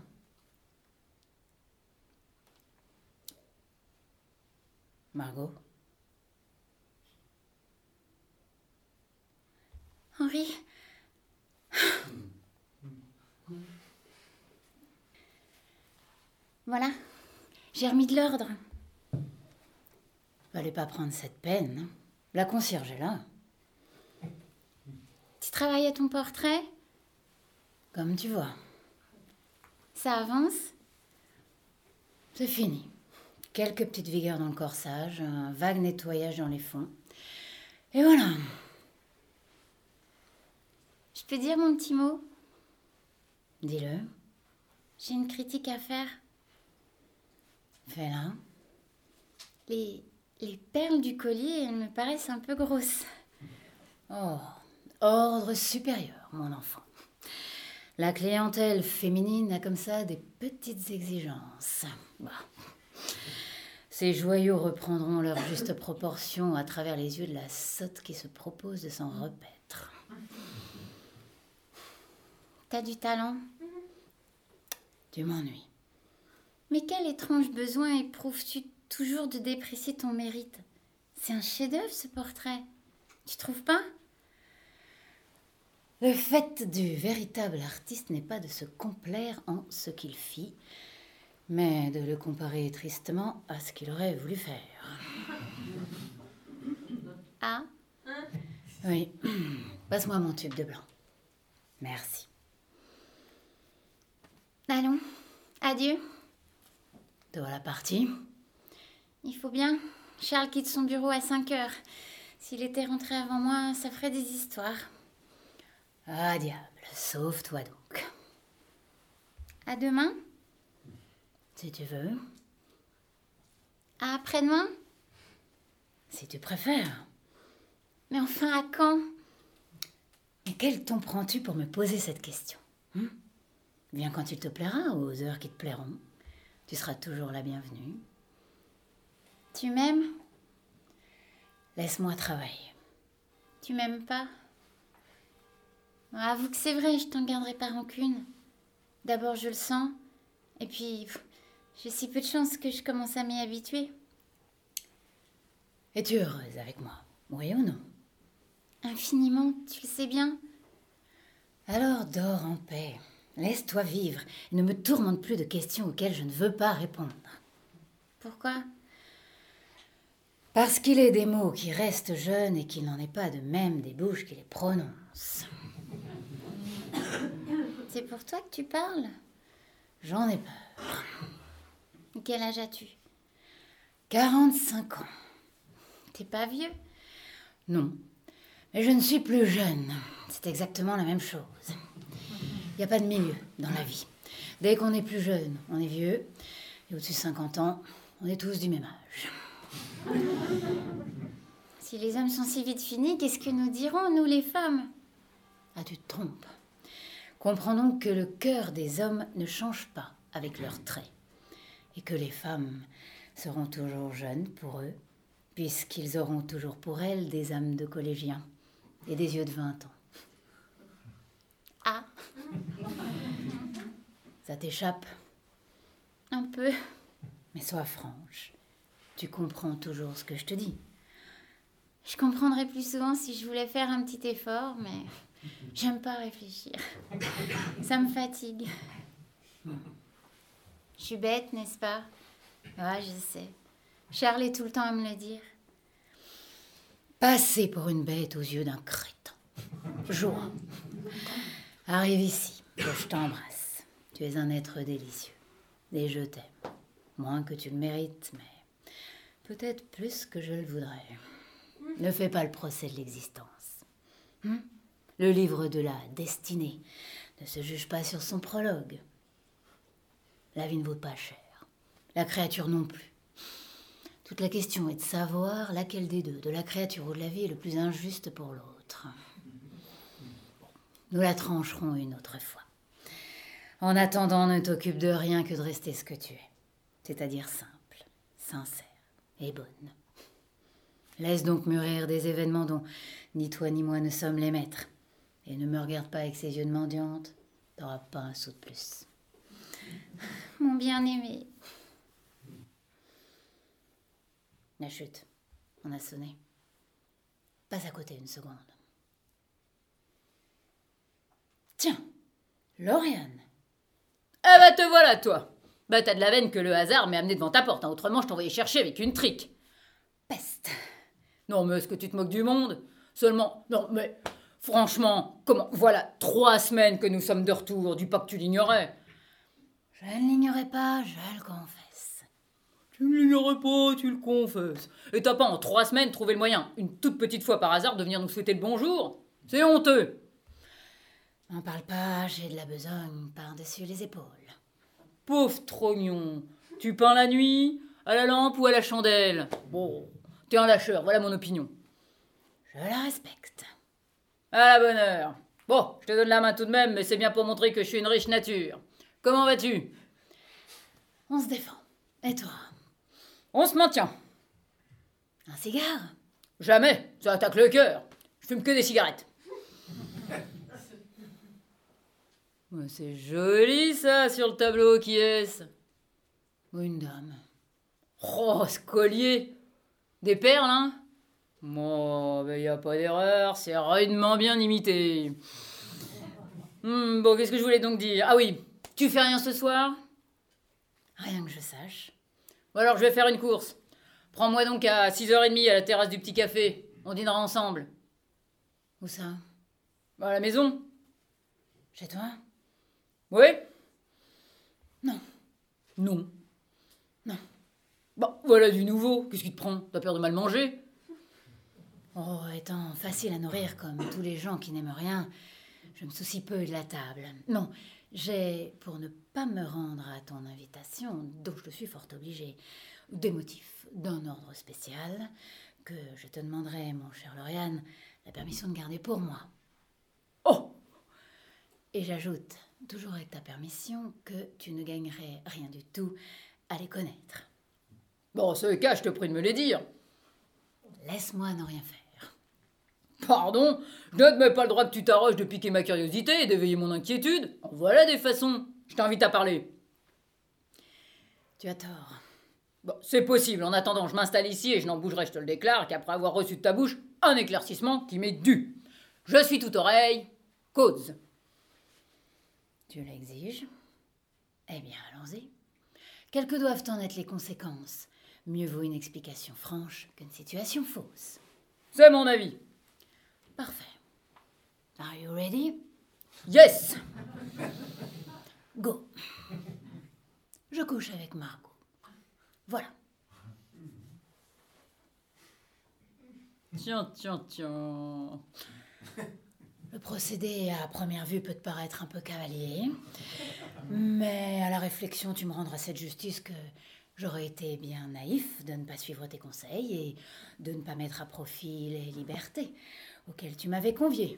Margot? Henri. Voilà, j'ai remis de l'ordre. Fallait pas prendre cette peine. Hein. La concierge est là. Tu travailles à ton portrait? Comme tu vois. Ça avance? C'est fini. Quelques petites vigueurs dans le corsage, un vague nettoyage dans les fonds. Et voilà. Je peux dire mon petit mot? Dis-le. J'ai une critique à faire. Fais-la. Les perles du collier, elles me paraissent un peu grosses. Oh, ordre supérieur, mon enfant. La clientèle féminine a comme ça des petites exigences. Bah. Ces joyaux reprendront leur juste proportion à travers les yeux de la sotte qui se propose de s'en repaître. T'as du talent. Tu m'ennuies. Mais quel étrange besoin éprouves-tu toujours de déprécier ton mérite? C'est un chef-d'œuvre, ce portrait. Tu trouves pas? Le fait du véritable artiste n'est pas de se complaire en ce qu'il fit, mais de le comparer tristement à ce qu'il aurait voulu faire. Ah? Oui, passe-moi mon tube de blanc. Merci. Allons, adieu. Te voilà parti. Il faut bien. Charles quitte son bureau à 5 heures. S'il était rentré avant moi, ça ferait des histoires. Ah diable, sauve-toi donc. À demain? Si tu veux, À après-demain? si tu préfères. Mais enfin, à quand? Et quel ton prends-tu pour me poser cette question? Viens quand il te plaira, aux heures qui te plairont. Tu seras toujours la bienvenue. Tu m'aimes? Laisse-moi travailler. Tu m'aimes pas? Avoue que c'est vrai, je t'en garderai pas rancune. D'abord, je le sens. Et puis, j'ai si peu de chance que je commence à m'y habituer. Es-tu heureuse avec moi? Oui ou non? Infiniment, tu le sais bien. Alors dors en paix. Laisse-toi vivre et ne me tourmente plus de questions auxquelles je ne veux pas répondre. Pourquoi? Parce qu'il est des mots qui restent jeunes et qu'il n'en est pas de même des bouches qui les prononcent. C'est pour toi que tu parles? J'en ai peur. Quel âge as-tu? 45 ans. T'es pas vieux? Non, mais je ne suis plus jeune. C'est exactement la même chose. Il n'y a pas de milieu dans la vie. Dès qu'on est plus jeune, on est vieux. Et au-dessus de 50 ans, on est tous du même âge. Si les hommes sont si vite finis, qu'est-ce que nous dirons, nous les femmes? Ah, tu te trompes. Comprends donc que le cœur des hommes ne change pas avec leurs traits. Et que les femmes seront toujours jeunes pour eux, puisqu'ils auront toujours pour elles des âmes de collégiens et des yeux de 20 ans. Ah, Ça t'échappe, un peu. mais sois franche. Tu comprends toujours ce que je te dis. Je comprendrais plus souvent si je voulais faire un petit effort, mais j'aime pas réfléchir. Ça me fatigue. Je suis bête, n'est-ce pas? Ah, je sais. Charles est tout le temps à me le dire. Passer pour une bête aux yeux d'un crétin. Joie. Arrive ici, que je t'embrasse. Tu es un être délicieux. Et je t'aime. Moins que tu le mérites, mais peut-être plus que je le voudrais. Ne fais pas le procès de l'existence. Le livre de la destinée ne se juge pas sur son prologue. La vie ne vaut pas cher. La créature non plus. Toute la question est de savoir laquelle des deux, de la créature ou de la vie, est le plus injuste pour l'autre. Nous la trancherons une autre fois. En attendant, ne t'occupe de rien que de rester ce que tu es. C'est-à-dire simple, sincère et bonne. Laisse donc mûrir des événements dont ni toi ni moi ne sommes les maîtres. Et ne me regarde pas avec ces yeux de mendiante. T'auras pas un sou de plus. Mon bien-aimé. La chute. On a sonné. Passe à côté une seconde. Tiens, Lauriane. Ah bah te voilà, toi. Bah t'as de la veine que le hasard m'ait amené devant ta porte, hein. Autrement je t'envoyais chercher avec une trique. Peste. Non mais est-ce que tu te moques du monde? Seulement, non mais, franchement, comment, voilà 3 semaines que nous sommes de retour, dis pas que tu l'ignorais. Je ne l'ignorais pas, je le confesse. Tu ne l'ignorais pas, tu le confesses. Et t'as pas en 3 semaines trouvé le moyen, une toute petite fois par hasard, de venir nous souhaiter le bonjour? C'est honteux. N'en parle pas, j'ai de la besogne par-dessus les épaules. Pauvre trognon, tu peins la nuit, à la lampe ou à la chandelle? Bon, t'es un lâcheur, voilà mon opinion. Je la respecte. À la bonne heure. Bon, je te donne la main tout de même, mais c'est bien pour montrer que je suis une riche nature. Comment vas-tu? On se défend. Et toi? On se maintient. Un cigare? Jamais, ça attaque le cœur. Je fume que des cigarettes. Ouais, c'est joli ça sur le tableau, qui est-ce? Une dame. Oh, ce collier. Des perles, hein? Bon, ben y a pas d'erreur, c'est rudement bien imité. Bon, qu'est-ce que je voulais donc dire? Ah oui, tu fais rien ce soir? Rien que je sache. Ou alors je vais faire une course. Prends-moi donc à 6h30 à la terrasse du petit café. On dînera ensemble. Où ça? À la maison? Chez toi? Oui? Non. Non. Non. Bah, voilà du nouveau. Qu'est-ce qui te prend? T'as peur de mal manger? Oh, étant facile à nourrir comme tous les gens qui n'aiment rien, je me soucie peu de la table. Non, j'ai, pour ne pas me rendre à ton invitation, dont je suis fort obligée, des motifs d'un ordre spécial, que je te demanderai, mon cher Lauriane, la permission de garder pour moi. Oh! Et j'ajoute toujours avec ta permission, que tu ne gagnerais rien du tout à les connaître. Bon, ce cas, je te prie de me les dire. Laisse-moi n'en rien faire. Pardon, je n'admets pas le droit que tu t'arroges de piquer ma curiosité et d'éveiller mon inquiétude. En voilà des façons. Je t'invite à parler. Tu as tort. Bon, c'est possible. En attendant, je m'installe ici et je n'en bougerai, je te le déclare, qu'après avoir reçu de ta bouche un éclaircissement qui m'est dû. Je suis tout oreille. Cause. Tu l'exiges? Eh bien, allons-y. Quelles que doivent en être les conséquences? Mieux vaut une explication franche qu'une situation fausse. C'est mon avis. Parfait. Are you ready? Yes. Go. Je couche avec Margot. Voilà. Tiens. Le procédé à première vue peut te paraître un peu cavalier, mais à la réflexion, tu me rendras cette justice que j'aurais été bien naïf de ne pas suivre tes conseils et de ne pas mettre à profit les libertés auxquelles tu m'avais convié.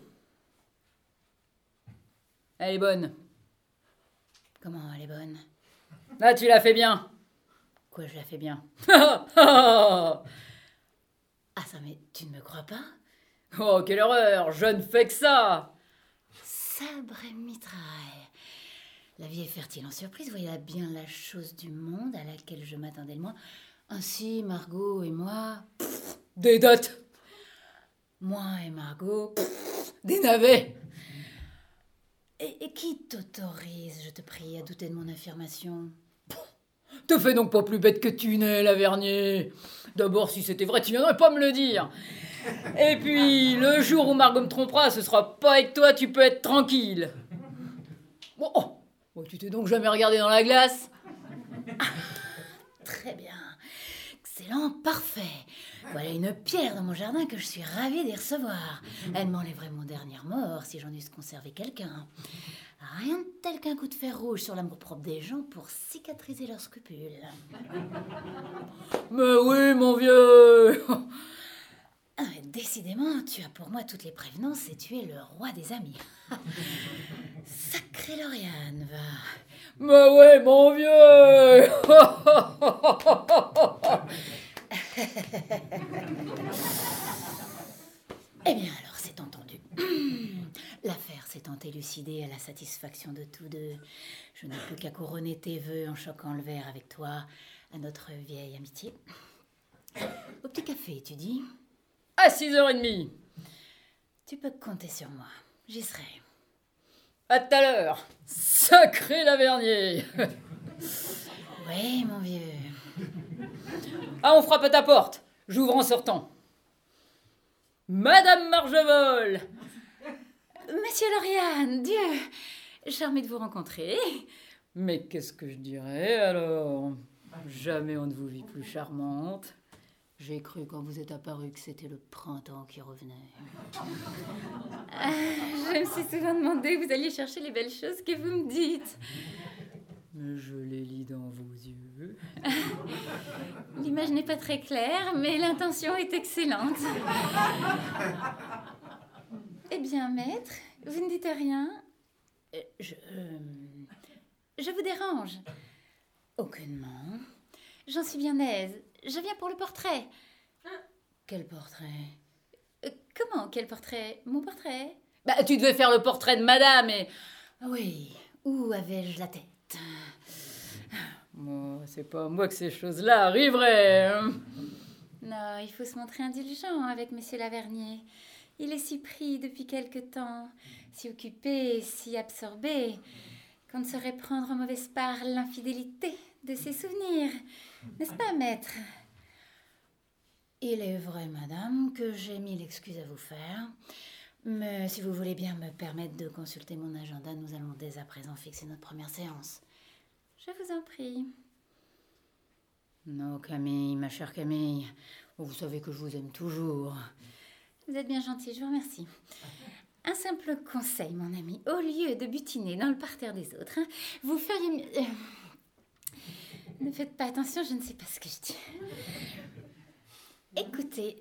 Elle est bonne. Comment elle est bonne? Là, tu l'as fait bien. Quoi, je la fais bien? Ah, ça, mais tu ne me crois pas? oh, quelle horreur. Je ne fais que ça. Sabre et mitraille. La vie est fertile en surprises, voilà bien la chose du monde à laquelle je m'attendais le moins. Ainsi, Margot et moi... Des dots. Moi et Margot... Des navets. Et qui t'autorise, je te prie, à douter de mon affirmation? Te fais donc pas plus bête que tu n'es, Lavernier. D'abord, si c'était vrai, tu viendrais pas me le dire. Et puis, le jour où Margot me trompera, ce sera pas avec toi, tu peux être tranquille. Bon, tu t'es donc jamais regardé dans la glace? Très bien. Excellent, parfait. Voilà une pierre dans mon jardin que je suis ravie d'y recevoir. Elle m'enlèverait mon dernier mort si j'en eusse conservé quelqu'un. Rien de tel qu'un coup de fer rouge sur l'amour-propre des gens pour cicatriser leurs scrupules. Mais oui, mon vieux. Mais décidément, tu as pour moi toutes les prévenances et tu es le roi des amis. Sacré Lauriane, va. Mais ouais, mon vieux. Eh bien alors, c'est entendu. L'affaire s'étant élucidée à la satisfaction de tous deux, je n'ai plus qu'à couronner tes vœux en choquant le verre avec toi à notre vieille amitié. Au petit café, tu dis? À 6h30. Tu peux compter sur moi, j'y serai. À tout à l'heure. Sacré Lavernier. Oui, mon vieux. Ah, on frappe à ta porte. J'ouvre en sortant. Madame Margevol. Monsieur Lauriane, Dieu, charmé de vous rencontrer. Mais qu'est-ce que je dirais alors? Jamais on ne vous vit plus charmante. J'ai cru quand vous êtes apparu que c'était le printemps qui revenait. Je me suis souvent demandé où vous alliez chercher les belles choses que vous me dites. Je les lis dans vos yeux. L'image n'est pas très claire, mais l'intention est excellente. Eh bien, maître, vous ne dites rien? Je vous dérange? Aucunement. J'en suis bien aise. Je viens pour le portrait. Quel portrait? Comment, quel portrait? Mon portrait? Bah, tu devais faire le portrait de madame et... Oui, où avais-je la tête? Moi, c'est pas à moi que ces choses-là arriveraient. Non, il faut se montrer indulgent avec monsieur Lavernier. Il est si pris depuis quelque temps, si occupé, si absorbé, qu'on ne saurait prendre en mauvaise part l'infidélité de ses souvenirs. N'est-ce pas, maître? Il est vrai, madame, que j'ai mille excuses à vous faire. Mais si vous voulez bien me permettre de consulter mon agenda, nous allons dès à présent fixer notre première séance. Je vous en prie. Non, Camille, ma chère Camille, vous savez que je vous aime toujours. Vous êtes bien gentil, je vous remercie. Un simple conseil, mon ami. Au lieu de butiner dans le parterre des autres, vous feriez mieux... Ne faites pas attention, je ne sais pas ce que je dis. Écoutez,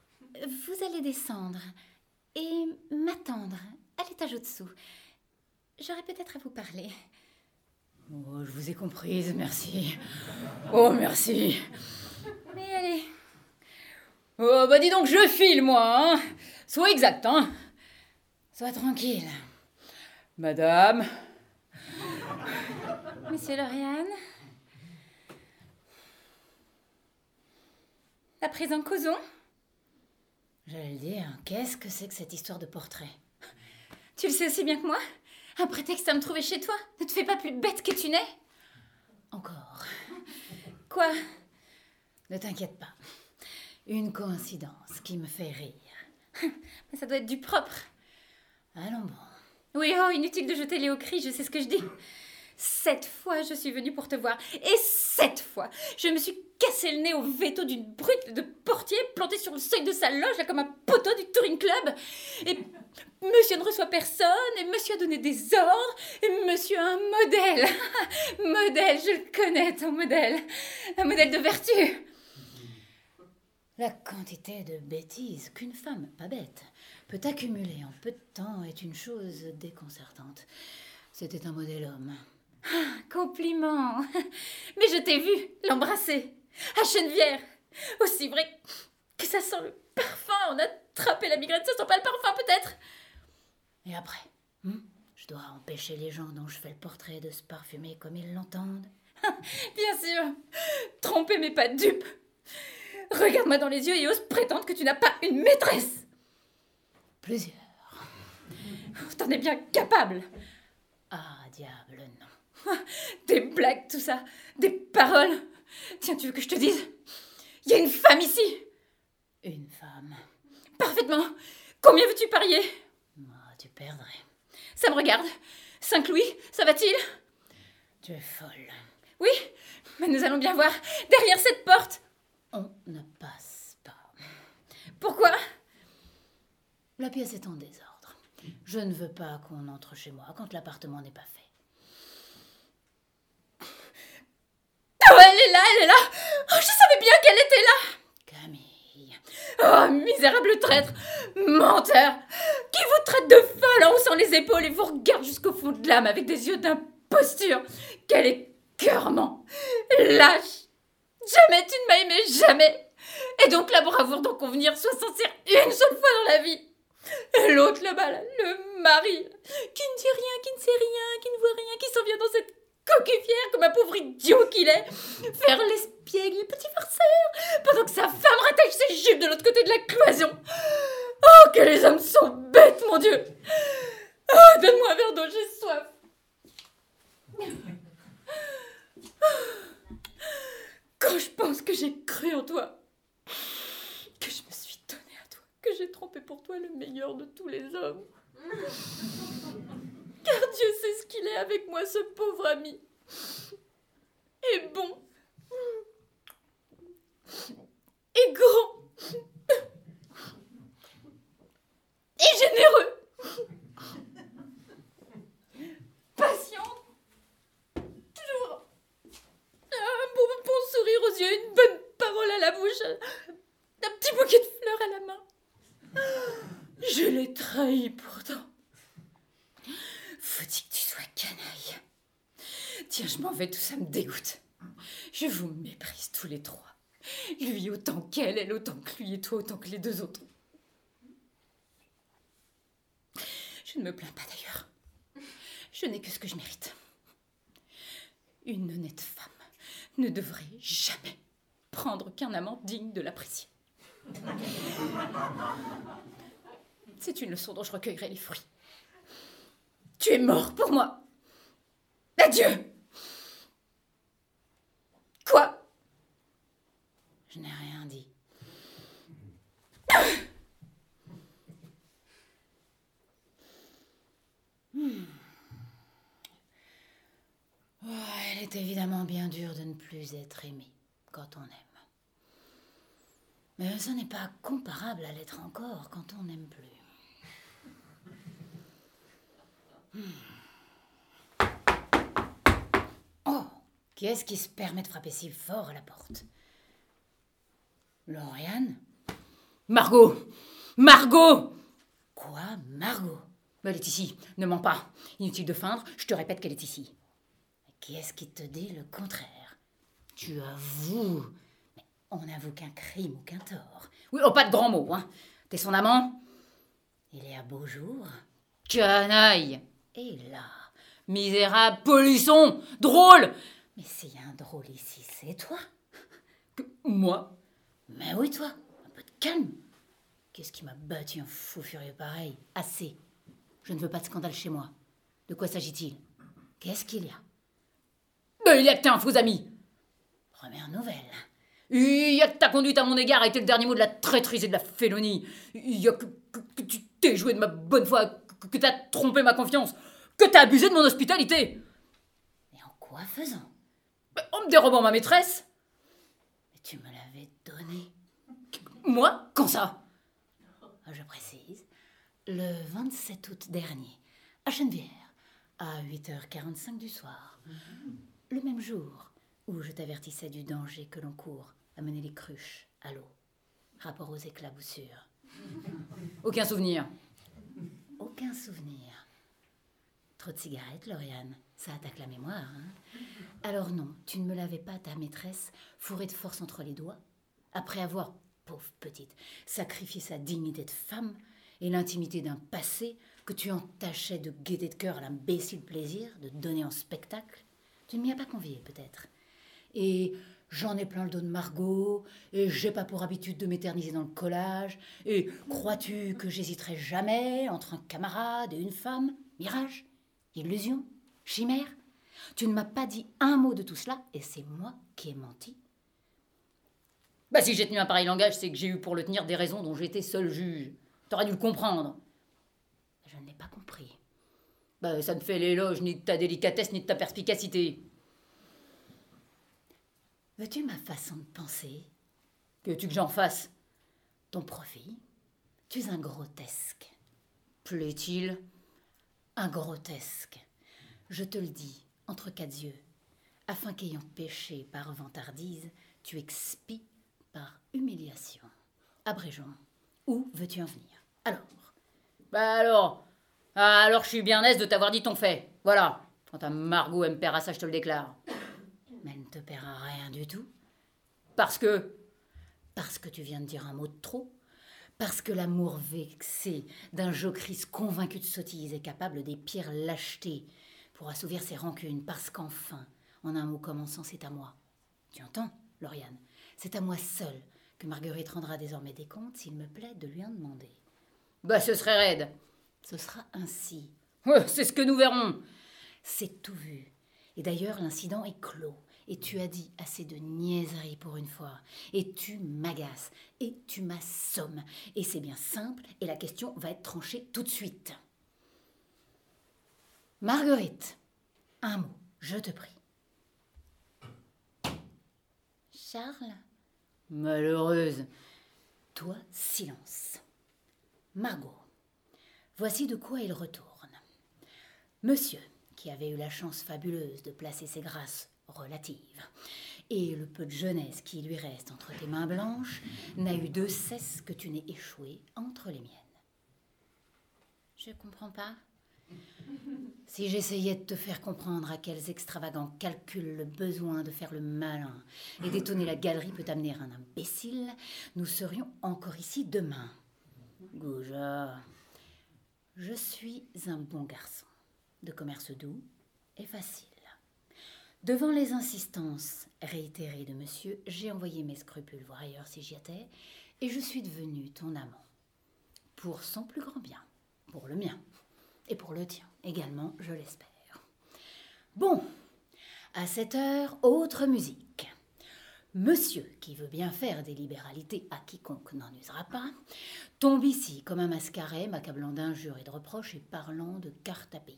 vous allez descendre et m'attendre à l'étage au-dessous. j'aurais peut-être à vous parler. Oh, je vous ai comprise, merci. Oh, merci. Mais allez, Oh, bah dis donc, je file, moi, hein. Sois exact, hein. Sois tranquille. Madame. monsieur Lauriane. À présent, causons. J'allais le dire, qu'est-ce que c'est que cette histoire de portrait? Tu le sais aussi bien que moi. Un prétexte à me trouver chez toi. Ne te fais pas plus bête que tu n'es. Encore. Quoi? Ne t'inquiète pas. Une coïncidence qui me fait rire. Mais ça doit être du propre. Allons bon. Oui, oh, inutile de jeter les hauts cris, je sais ce que je dis. 7 fois, je suis venue pour te voir. Et 7 fois, je me suis cassé le nez au veto d'une brute de portier plantée sur le seuil de sa loge, là, comme un poteau du touring club. Et monsieur ne reçoit personne, et monsieur a donné des ordres, et monsieur a un modèle. Modèle, je le connais, ton modèle. Un modèle de vertu. La quantité de bêtises qu'une femme, pas bête, peut accumuler en peu de temps est une chose déconcertante. C'était un modèle homme. Compliment. Mais je t'ai vu l'embrasser. À Chenevière. Aussi vrai que ça sent le parfum. On a attrapé la migraine, ça sent pas le parfum peut-être. Et après, je dois empêcher les gens dont je fais le portrait de se parfumer comme ils l'entendent. Bien sûr. Tromper mais pas dupe. Regarde-moi dans les yeux et ose prétendre que tu n'as pas une maîtresse. Plusieurs. T'en es bien capable. Ah, diable, non. Des blagues, tout ça. Des paroles. Tiens, tu veux que je te dise? Il y a une femme ici. Une femme. Parfaitement. Combien veux-tu parier? Ah, tu perdrais. Ça me regarde. 5 louis, ça va-t-il? Tu es folle. Oui, mais nous allons bien voir. Derrière cette porte. On ne passe pas. Pourquoi? La pièce est en désordre. Je ne veux pas qu'on entre chez moi quand l'appartement n'est pas fait. Oh, elle est là, elle est là. Oh, je savais bien qu'elle était là. Camille. Oh, misérable traître, menteur, qui vous traite de folle en haussant les épaules et vous regarde jusqu'au fond de l'âme avec des yeux d'imposture. Quel écœurement. Lâche. Jamais tu ne m'as aimé, jamais. Et donc la bravoure d'en convenir soit sincère une seule fois dans la vie. Et l'autre là-bas, là, le mari, qui ne dit rien, qui ne sait rien, qui ne voit rien, qui s'en vient dans cette coquille fière comme un pauvre idiot qu'il est, faire l'espiègle, les petits farceurs, pendant que sa femme rattache ses jupes de l'autre côté de la cloison. Oh, que les hommes sont bêtes, mon Dieu. Oh, donne-moi un verre d'eau, j'ai soif. Quand je pense que j'ai cru en toi, que je me suis donnée à toi, que j'ai trompé pour toi le meilleur de tous les hommes. Car Dieu sait ce qu'il est avec moi, ce pauvre ami. Et bon. Et grand. Et généreux. Patient. Toujours. Un bon sourire aux yeux, une bonne parole à la bouche, un petit bouquet de fleurs à la main. Je l'ai trahi pourtant. Faut-il que tu sois canaille. Tiens, je m'en vais, tout ça me dégoûte. Je vous méprise tous les trois. Lui autant qu'elle, elle autant que lui et toi autant que les deux autres. Je ne me plains pas d'ailleurs. Je n'ai que ce que je mérite. Une honnête femme ne devrait jamais prendre qu'un amant digne de l'apprécier. C'est une leçon dont je recueillerai les fruits. Tu es mort pour moi. Adieu. Quoi? Je n'ai rien dit. Oh, elle est évidemment bien dure de ne plus être aimée quand on aime. Mais ce n'est pas comparable à l'être encore quand on n'aime plus. Oh, qui est-ce qui se permet de frapper si fort à la porte? Lauriane? Margot! Margot! Quoi, Margot? Elle est ici, ne mens pas. Inutile de feindre, je te répète qu'elle est ici. Qui est-ce qui te dit le contraire? Tu avoues. Mais on n'avoue qu'un crime ou qu'un tort. Oui, oh, pas de grands mots, hein. T'es son amant? Il est à beau jour. Canaille! Et là. Misérable polisson! Drôle! Mais s'il y a un drôle ici, c'est toi. Moi? Mais oui, toi. Un peu de calme. Qu'est-ce qui m'a battu un fou furieux pareil? Assez. Je ne veux pas de scandale chez moi. De quoi s'agit-il? Qu'est-ce qu'il y a? Il y a que t'es un faux ami! Première nouvelle. Il y a que ta conduite à mon égard a été le dernier mot de la traîtrise et de la félonie. Il y a que tu t'es joué de ma bonne foi, que t'as trompé ma confiance, que t'as abusé de mon hospitalité. Et en quoi faisant? En me dérobant ma maîtresse. Mais tu me l'avais donnée. Moi? Quand ça? Je précise, le 27 août dernier, à Chenevière, à 8h45 du soir. Le même jour où je t'avertissais du danger que l'on court à mener les cruches à l'eau. Rapport aux éclaboussures. Aucun souvenir. Aucun souvenir. Trop de cigarettes, Lauriane. Ça attaque la mémoire, hein? Alors non, tu ne me l'avais pas, ta maîtresse, fourrée de force entre les doigts, après avoir, pauvre petite, sacrifié sa dignité de femme et l'intimité d'un passé que tu entachais de gaieté de cœur à l'imbécile plaisir de donner en spectacle. Tu ne m'y as pas convié, peut-être. Et j'en ai plein le dos de Margot, et j'ai pas pour habitude de m'éterniser dans le collage, et crois-tu que j'hésiterai jamais entre un camarade et une femme? Mirage? Illusion? Chimère? Tu ne m'as pas dit un mot de tout cela, et c'est moi qui ai menti. Si j'ai tenu un pareil langage, c'est que j'ai eu pour le tenir des raisons dont j'étais seul juge. T'aurais dû le comprendre. Je ne l'ai pas compris. Ça ne fait l'éloge ni de ta délicatesse ni de ta perspicacité. Veux-tu ma façon de penser? Que veux-tu que j'en fasse? Ton profit? Tu es un grotesque. Plaît-il? Un grotesque. Je te le dis, entre quatre yeux, afin qu'ayant péché par vantardise, tu expies par humiliation. Abrégeons. Où veux-tu en venir? Alors je suis bien aise de t'avoir dit ton fait. Voilà. Quant à Margot, elle me paiera ça, je te le déclare. Mais elle ne te paiera rien du tout. Parce que tu viens de dire un mot de trop. Parce que l'amour vexé d'un jocrisse convaincu de sottise est capable des pires lâchetés pour assouvir ses rancunes. Parce qu'enfin, en un mot commençant, c'est à moi. Tu entends, Lauriane? C'est à moi seule que Marguerite rendra désormais des comptes s'il me plaît de lui en demander. ce serait raide. Ce sera ainsi. C'est ce que nous verrons. C'est tout vu. Et d'ailleurs, l'incident est clos. Et tu as dit assez de niaiseries pour une fois. Et tu m'agaces. Et tu m'assommes. Et c'est bien simple. Et la question va être tranchée tout de suite. Marguerite, un mot, je te prie. Charles? Malheureuse. Toi, silence. Margot, voici de quoi il retourne. Monsieur, qui avait eu la chance fabuleuse de placer ses grâces relatives, et le peu de jeunesse qui lui reste entre tes mains blanches, n'a eu de cesse que tu n'aies échoué entre les miennes. Je comprends pas. Si j'essayais de te faire comprendre à quels extravagants calculs le besoin de faire le malin et d'étonner la galerie peut amener un imbécile, nous serions encore ici demain. Goujat, je suis un bon garçon, de commerce doux et facile. Devant les insistances réitérées de monsieur, j'ai envoyé mes scrupules voir ailleurs si j'y étais, et je suis devenu ton amant. Pour son plus grand bien, pour le mien, et pour le tien également, je l'espère. Bon, à cette heure, autre musique. Monsieur, qui veut bien faire des libéralités à quiconque n'en usera pas, tombe ici comme un mascaret, m'accablant d'injures et de reproches et parlant de cartes à payer.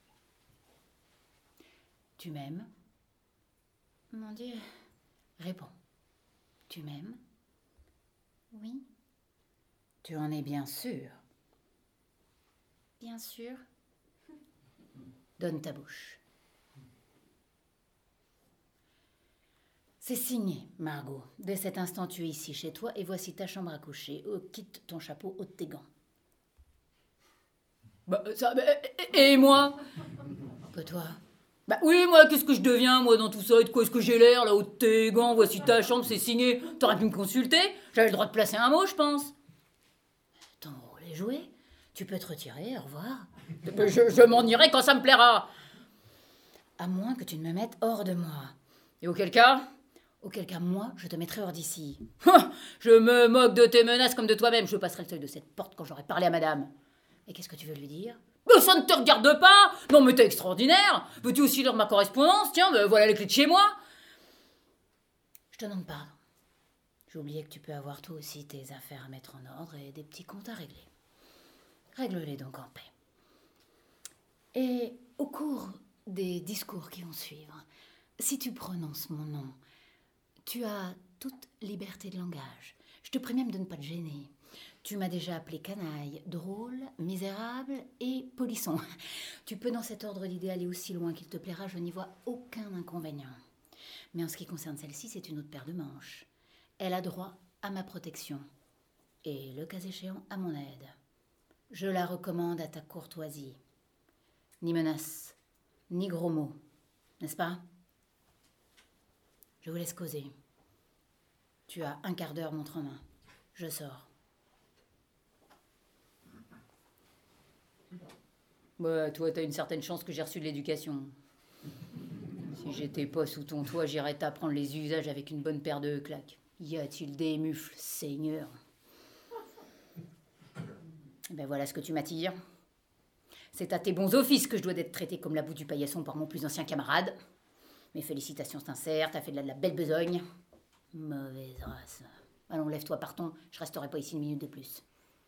Tu m'aimes? Mon Dieu. Réponds. Tu m'aimes? Oui, Tu en es bien sûr. bien sûr. Donne ta bouche. C'est signé, Margot. Dès cet instant, tu es ici chez toi et voici ta chambre à coucher. Quitte ton chapeau, ôte tes gants. Et moi? Que toi? Bah oui, moi, qu'est-ce que je deviens, moi, dans tout ça? Et de quoi est-ce que j'ai l'air, là, haut de tes gants? Voici ta chambre, c'est signé. T'aurais pu me consulter? J'avais le droit de placer un mot, je pense. Ton rôle est joué. Tu peux te retirer, au revoir. Je m'en irai quand ça me plaira. À moins que tu ne me mettes hors de moi. Et auquel cas? Auquel cas, moi, je te mettrai hors d'ici. Je me moque de tes menaces comme de toi-même. Je passerai le seuil de cette porte quand j'aurai parlé à madame. Et qu'est-ce que tu veux lui dire? Mais ça ne te regarde pas! Non, mais t'es extraordinaire! Veux-tu aussi lire ma correspondance? Tiens, voilà les clés de chez moi! Je te demande pardon. J'ai oublié que tu peux avoir toi aussi tes affaires à mettre en ordre et des petits comptes à régler. Règle-les donc en paix. Et au cours des discours qui vont suivre, si tu prononces mon nom, tu as toute liberté de langage. Je te prie même de ne pas te gêner. Tu m'as déjà appelé canaille, drôle, misérable et polisson. Tu peux dans cet ordre d'idées aller aussi loin qu'il te plaira, je n'y vois aucun inconvénient. Mais en ce qui concerne celle-ci, c'est une autre paire de manches. Elle a droit à ma protection et, le cas échéant, à mon aide. Je la recommande à ta courtoisie. Ni menaces, ni gros mots, n'est-ce pas? Je vous laisse causer. Tu as un quart d'heure, montre en main. Je sors. Ouais, toi, t'as une certaine chance que j'ai reçu de l'éducation. Si j'étais pas sous ton toit, j'irais t'apprendre les usages avec une bonne paire de claques. Y a-t-il des mufles, seigneur? Ben voilà ce que tu m'attires. C'est à tes bons offices que je dois d'être traité comme la boue du paillasson par mon plus ancien camarade. Mes félicitations sincères, t'as fait de la belle besogne. Mauvaise race. Allons, lève-toi, partons, je resterai pas ici une minute de plus.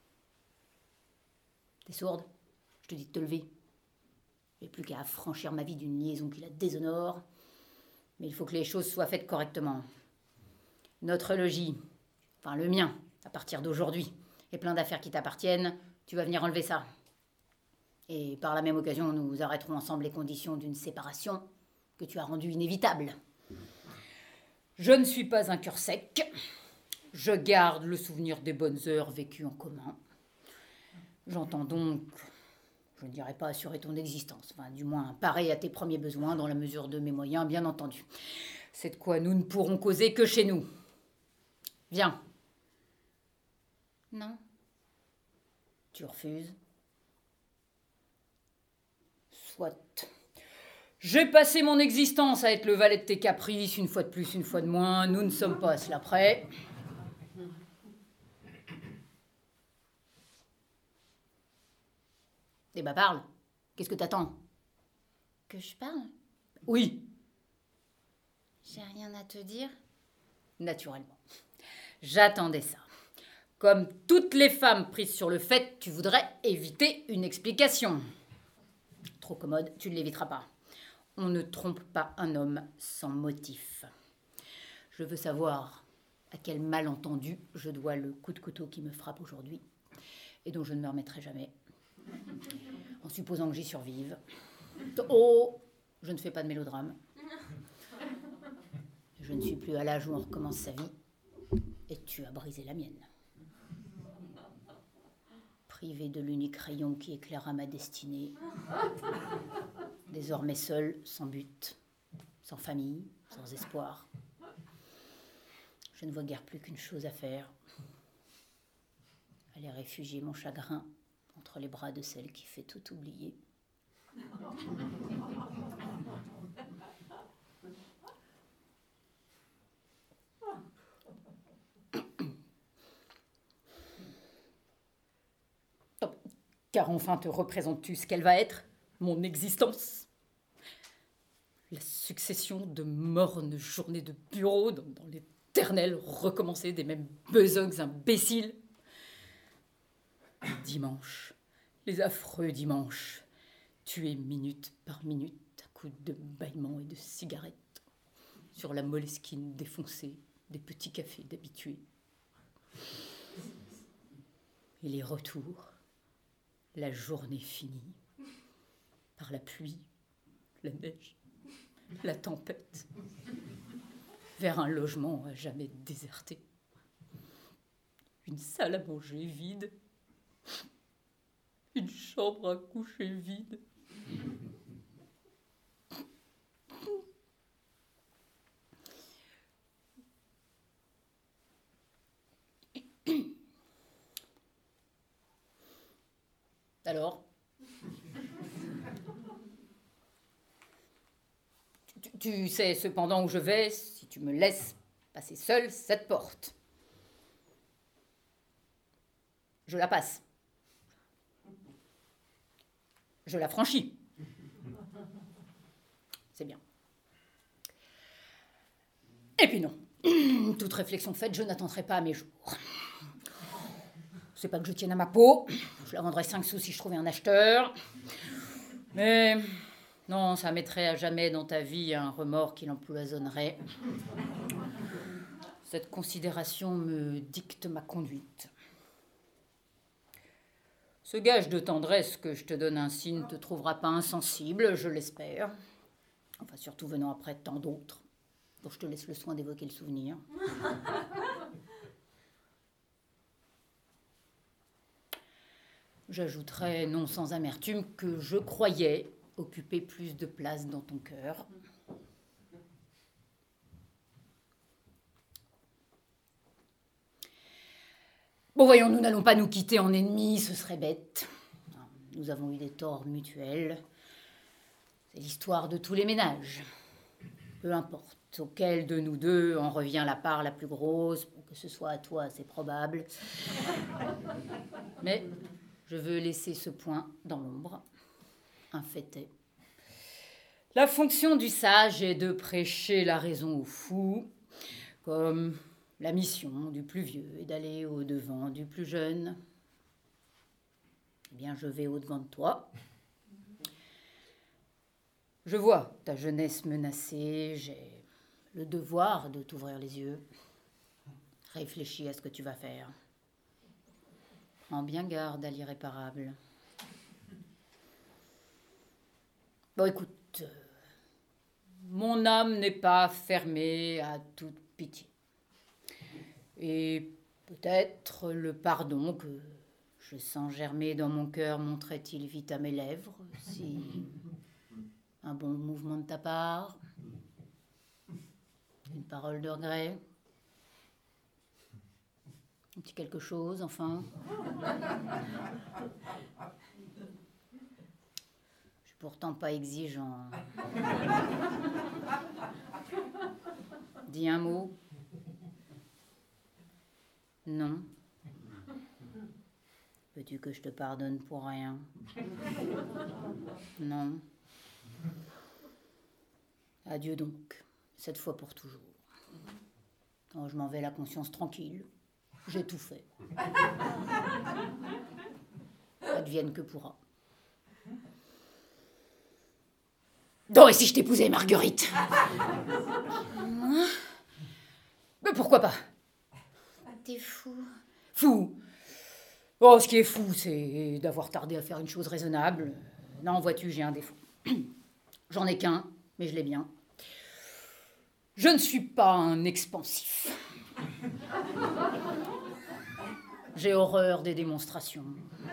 T'es sourde? Je te dis de te lever. J'ai plus qu'à affranchir ma vie d'une liaison qui la déshonore. Mais il faut que les choses soient faites correctement. Notre logis, enfin le mien, à partir d'aujourd'hui, et plein d'affaires qui t'appartiennent, tu vas venir enlever ça. Et par la même occasion, nous arrêterons ensemble les conditions d'une séparation que tu as rendue inévitable. Je ne suis pas un cœur sec. Je garde le souvenir des bonnes heures vécues en commun. J'entends donc, je ne dirais pas assurer ton existence, enfin, du moins parer à tes premiers besoins dans la mesure de mes moyens, bien entendu. C'est de quoi nous ne pourrons causer que chez nous. Viens. Non. Tu refuses? Soit. J'ai passé mon existence à être le valet de tes caprices, une fois de plus, une fois de moins. Nous ne sommes pas à cela près. Eh ben parle. Qu'est-ce que t'attends? Que je parle? Oui, J'ai rien à te dire. naturellement. J'attendais ça. Comme toutes les femmes prises sur le fait, tu voudrais éviter une explication. Trop commode, tu ne l'éviteras pas. On ne trompe pas un homme sans motif. Je veux savoir à quel malentendu je dois le coup de couteau qui me frappe aujourd'hui et dont je ne me remettrai jamais. En supposant que j'y survive. Oh, je ne fais pas de mélodrame. Je ne suis plus à l'âge où on recommence sa vie et tu as brisé la mienne. Privé de l'unique rayon qui éclaira ma destinée. Désormais seul, sans but, sans famille, sans espoir. Je ne vois guère plus qu'une chose à faire. Aller réfugier mon chagrin entre les bras de celle qui fait tout oublier. Car enfin te représentes-tu ce qu'elle va être, mon existence? La succession de mornes journées de bureau dans l'éternel recommencer des mêmes besognes imbéciles. Les dimanches, les affreux dimanches, tués minute par minute à coups de bâillements et de cigarettes, sur la moleskine défoncée des petits cafés d'habitués. Et les retours, la journée finie, par la pluie, la neige, la tempête, vers un logement à jamais déserté, une salle à manger vide, Une chambre à coucher vide. Alors, tu sais cependant où je vais si tu me laisses passer seule cette porte. Je la passe. Je la franchis. C'est bien. Et puis non. Toute réflexion faite, je n'attendrai pas à mes jours. C'est pas que je tienne à ma peau. Je la vendrais 5 sous si je trouvais un acheteur. Mais non, ça mettrait à jamais dans ta vie un remords qui l'empoisonnerait. Cette considération me dicte ma conduite. Ce gage de tendresse que je te donne ainsi ne te trouvera pas insensible, je l'espère. Enfin, surtout venant après tant d'autres, dont je te laisse le soin d'évoquer le souvenir. J'ajouterai, non sans amertume, que je croyais occuper plus de place dans ton cœur. Bon, voyons, nous n'allons pas nous quitter en ennemis, ce serait bête. Nous avons eu des torts mutuels. C'est l'histoire de tous les ménages. Peu importe auquel de nous deux en revient la part la plus grosse, que ce soit à toi, c'est probable. Mais je veux laisser ce point dans l'ombre. Un fait est. La fonction du sage est de prêcher la raison aux fous, comme la mission du plus vieux est d'aller au-devant du plus jeune. Eh bien, je vais au-devant de toi. Je vois ta jeunesse menacée, j'ai le devoir de t'ouvrir les yeux. Réfléchis à ce que tu vas faire. Prends bien garde à l'irréparable. Bon, écoute, mon âme n'est pas fermée à toute pitié. Et peut-être le pardon que je sens germer dans mon cœur monterait-il vite à mes lèvres, si un bon mouvement de ta part, une parole de regret, un petit quelque chose, enfin. Je suis pourtant pas exigeant. Dis un mot. Non. Veux-tu que je te pardonne pour rien? Non. Adieu donc, cette fois pour toujours. Oh, je m'en vais la conscience tranquille. J'ai tout fait. Advienne que pourra. Non, et si je t'épousais, Marguerite? Moi? Mais pourquoi pas? T'es fou. Fou? Oh, ce qui est fou, c'est d'avoir tardé à faire une chose raisonnable. Non, vois-tu, j'ai un défaut. J'en ai qu'un, mais je l'ai bien. Je ne suis pas un expansif. J'ai horreur des démonstrations.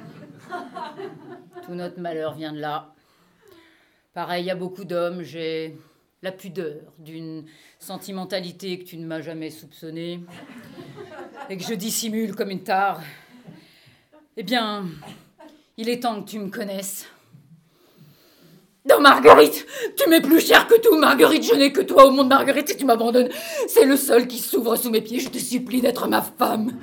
Tout notre malheur vient de là. Pareil à beaucoup d'hommes, j'ai la pudeur d'une sentimentalité que tu ne m'as jamais soupçonnée et que je dissimule comme une tare. Eh bien, il est temps que tu me connaisses. Non, Marguerite, tu m'es plus chère que tout, Marguerite, je n'ai que toi au monde, Marguerite, si tu m'abandonnes, c'est le seul qui s'ouvre sous mes pieds, je te supplie d'être ma femme.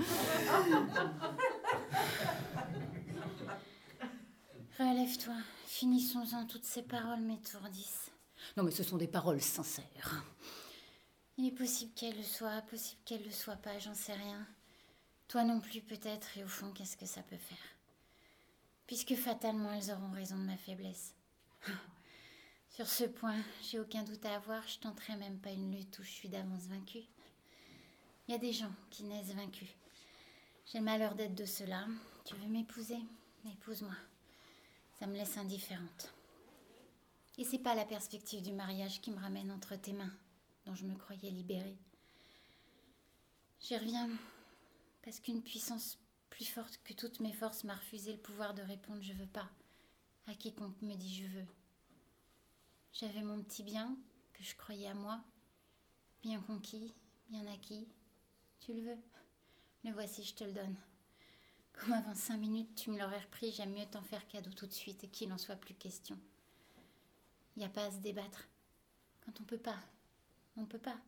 Relève-toi, finissons-en, toutes ces paroles m'étourdissent. Non, mais ce sont des paroles sincères. Il est possible qu'elle le soit, possible qu'elle le soit pas, j'en sais rien. Toi non plus peut-être, et au fond, qu'est-ce que ça peut faire? Puisque fatalement, elles auront raison de ma faiblesse. Sur ce point, j'ai aucun doute à avoir, je tenterai même pas une lutte où je suis d'avance vaincue. Il y a des gens qui naissent vaincus. J'ai le malheur d'être de ceux-là. Tu veux m'épouser? Épouse-moi. Ça me laisse indifférente. Et c'est pas la perspective du mariage qui me ramène entre tes mains, dont je me croyais libérée. J'y reviens parce qu'une puissance plus forte que toutes mes forces, m'a refusé le pouvoir de répondre « je veux pas » à quiconque me dit « je veux ». J'avais mon petit bien, que je croyais à moi, bien conquis, bien acquis. Tu le veux? Le voici, je te le donne. Comme avant 5 minutes, tu me l'aurais repris, j'aime mieux t'en faire cadeau tout de suite et qu'il n'en soit plus question. Il n'y a pas à se débattre. Quand on peut pas, on peut pas.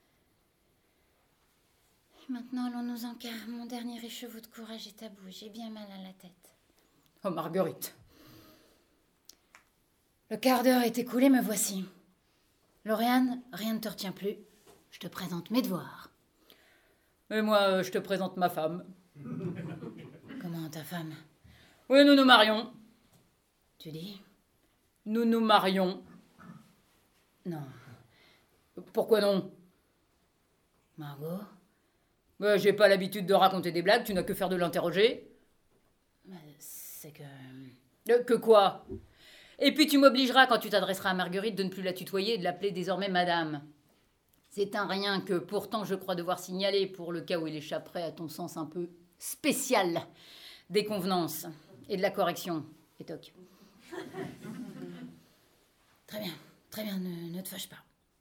Maintenant, allons-nous-en, car mon dernier écheveau de courage est à bout. J'ai bien mal à la tête. Oh, Marguerite. Le quart d'heure est écoulé, me voici. Lauriane, rien ne te retient plus. Je te présente mes devoirs. Et moi, je te présente ma femme. Comment, ta femme? Oui, nous nous marions. Tu dis? Nous nous marions. Non. Pourquoi non? Margot? J'ai pas l'habitude de raconter des blagues, tu n'as que faire de l'interroger. C'est que... Que quoi? Et puis tu m'obligeras, quand tu t'adresseras à Marguerite, de ne plus la tutoyer et de l'appeler désormais madame. C'est un rien que pourtant je crois devoir signaler pour le cas où il échapperait à ton sens un peu spécial des convenances et de la correction. Et toc. Très bien, ne te fâche pas.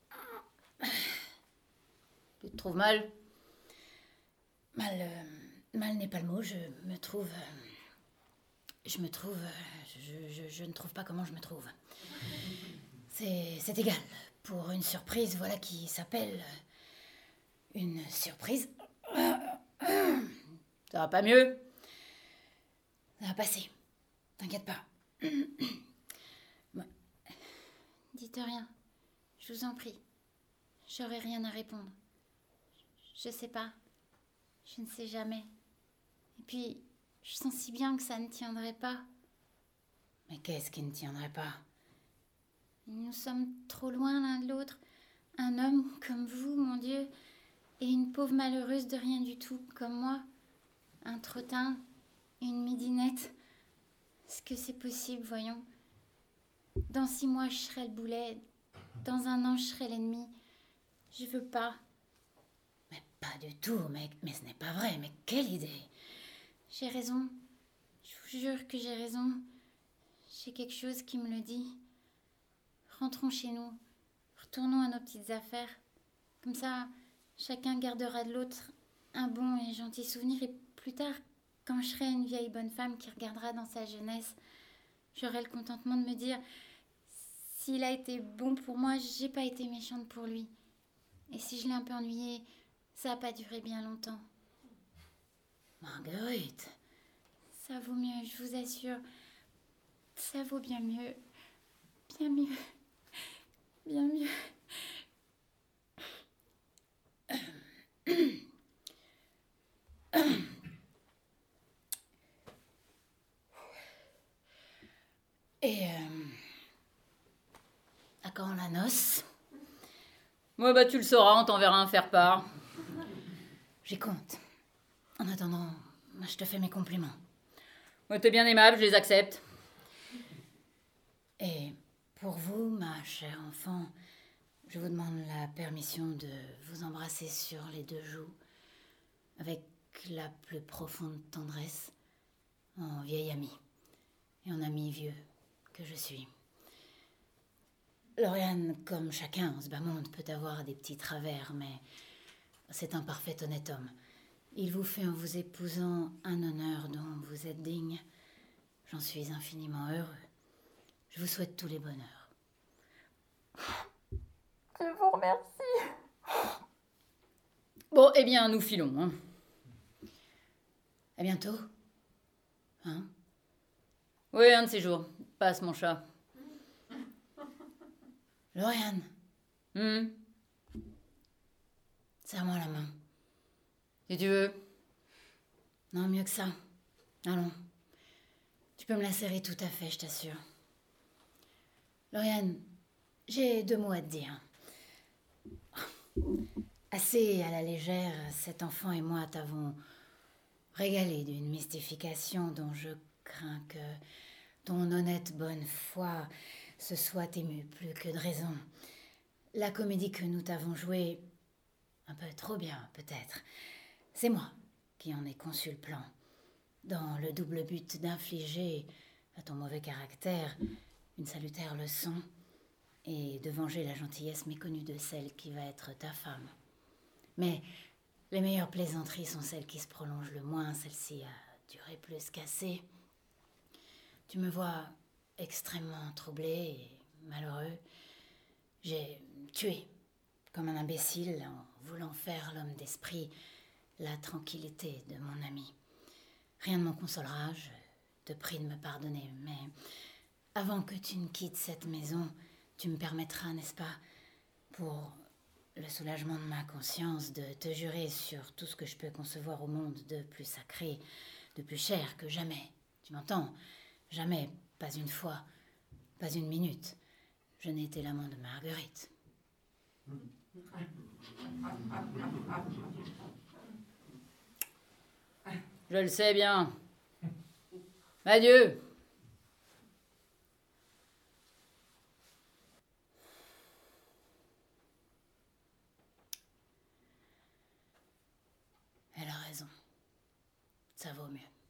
Tu te trouves mal? Mal n'est pas le mot, je ne trouve pas comment je me trouve. C'est égal. Pour une surprise, voilà qui s'appelle une surprise. Ça va pas mieux? Ça va passer. T'inquiète pas. Dites rien. Je vous en prie. J'aurai rien à répondre. Je sais pas. Je ne sais jamais. Et puis, je sens si bien que ça ne tiendrait pas. Mais qu'est-ce qui ne tiendrait pas? Nous sommes trop loin l'un de l'autre. Un homme comme vous, mon Dieu, et une pauvre malheureuse de rien du tout, comme moi. Un trottin, une midinette. Est-ce que c'est possible, voyons? Dans 6 mois, je serai le boulet. Dans 1 an, je serai l'ennemi. Je veux pas. Mais pas du tout, mais ce n'est pas vrai. Mais quelle idée! J'ai raison. Je vous jure que j'ai raison. J'ai quelque chose qui me le dit. Rentrons chez nous. Retournons à nos petites affaires. Comme ça, chacun gardera de l'autre un bon et gentil souvenir. Et plus tard, quand je serai une vieille bonne femme qui regardera dans sa jeunesse, j'aurai le contentement de me dire, s'il a été bon pour moi, j'ai pas été méchante pour lui. Et si je l'ai un peu ennuyé, ça n'a pas duré bien longtemps. Marguerite! Ça vaut mieux, je vous assure. Ça vaut bien mieux. Bien mieux. Bien mieux. Et à quand la noce? Ouais, tu le sauras, on t'enverra un faire-part. J'y compte. En attendant, je te fais mes compliments. Ouais, t'es bien aimable, je les accepte. Et pour vous, ma chère enfant, je vous demande la permission de vous embrasser sur les 2 joues avec la plus profonde tendresse, en vieil ami et en ami vieux que je suis. Lauriane, comme chacun en ce bas monde, peut avoir des petits travers, mais c'est un parfait honnête homme. Il vous fait en vous épousant un honneur dont vous êtes digne. J'en suis infiniment heureux. Je vous souhaite tous les bonheurs. Je vous remercie. Bon, eh bien, nous filons. Hein. À bientôt. Hein? Oui, un de ces jours. Passe, mon chat. Lauriane, serre-moi la main. Si tu veux. Non, mieux que ça. Allons. Tu peux me la serrer tout à fait, je t'assure. Lauriane, j'ai 2 mots à te dire. Assez à la légère, cet enfant et moi t'avons régalé d'une mystification dont je crains que ton honnête bonne foi se soit émue plus que de raison. La comédie que nous t'avons jouée, un peu trop bien peut-être, c'est moi qui en ai conçu le plan. dans le double but d'infliger à ton mauvais caractère une salutaire leçon et de venger la gentillesse méconnue de celle qui va être ta femme. Mais les meilleures plaisanteries sont celles qui se prolongent le moins, celle-ci a duré plus qu'assez. Tu me vois extrêmement troublé et malheureux. J'ai tué, comme un imbécile, en voulant faire l'homme d'esprit, la tranquillité de mon ami. Rien ne m'en consolera, je te prie de me pardonner, mais avant que tu ne quittes cette maison, tu me permettras, n'est-ce pas, pour le soulagement de ma conscience, de te jurer sur tout ce que je peux concevoir au monde de plus sacré, de plus cher que jamais. Tu m'entends ? Jamais, pas une fois, pas une minute. Je n'ai été l'amant de Marguerite. Je le sais bien. Adieu. Elle a raison. Ça vaut mieux.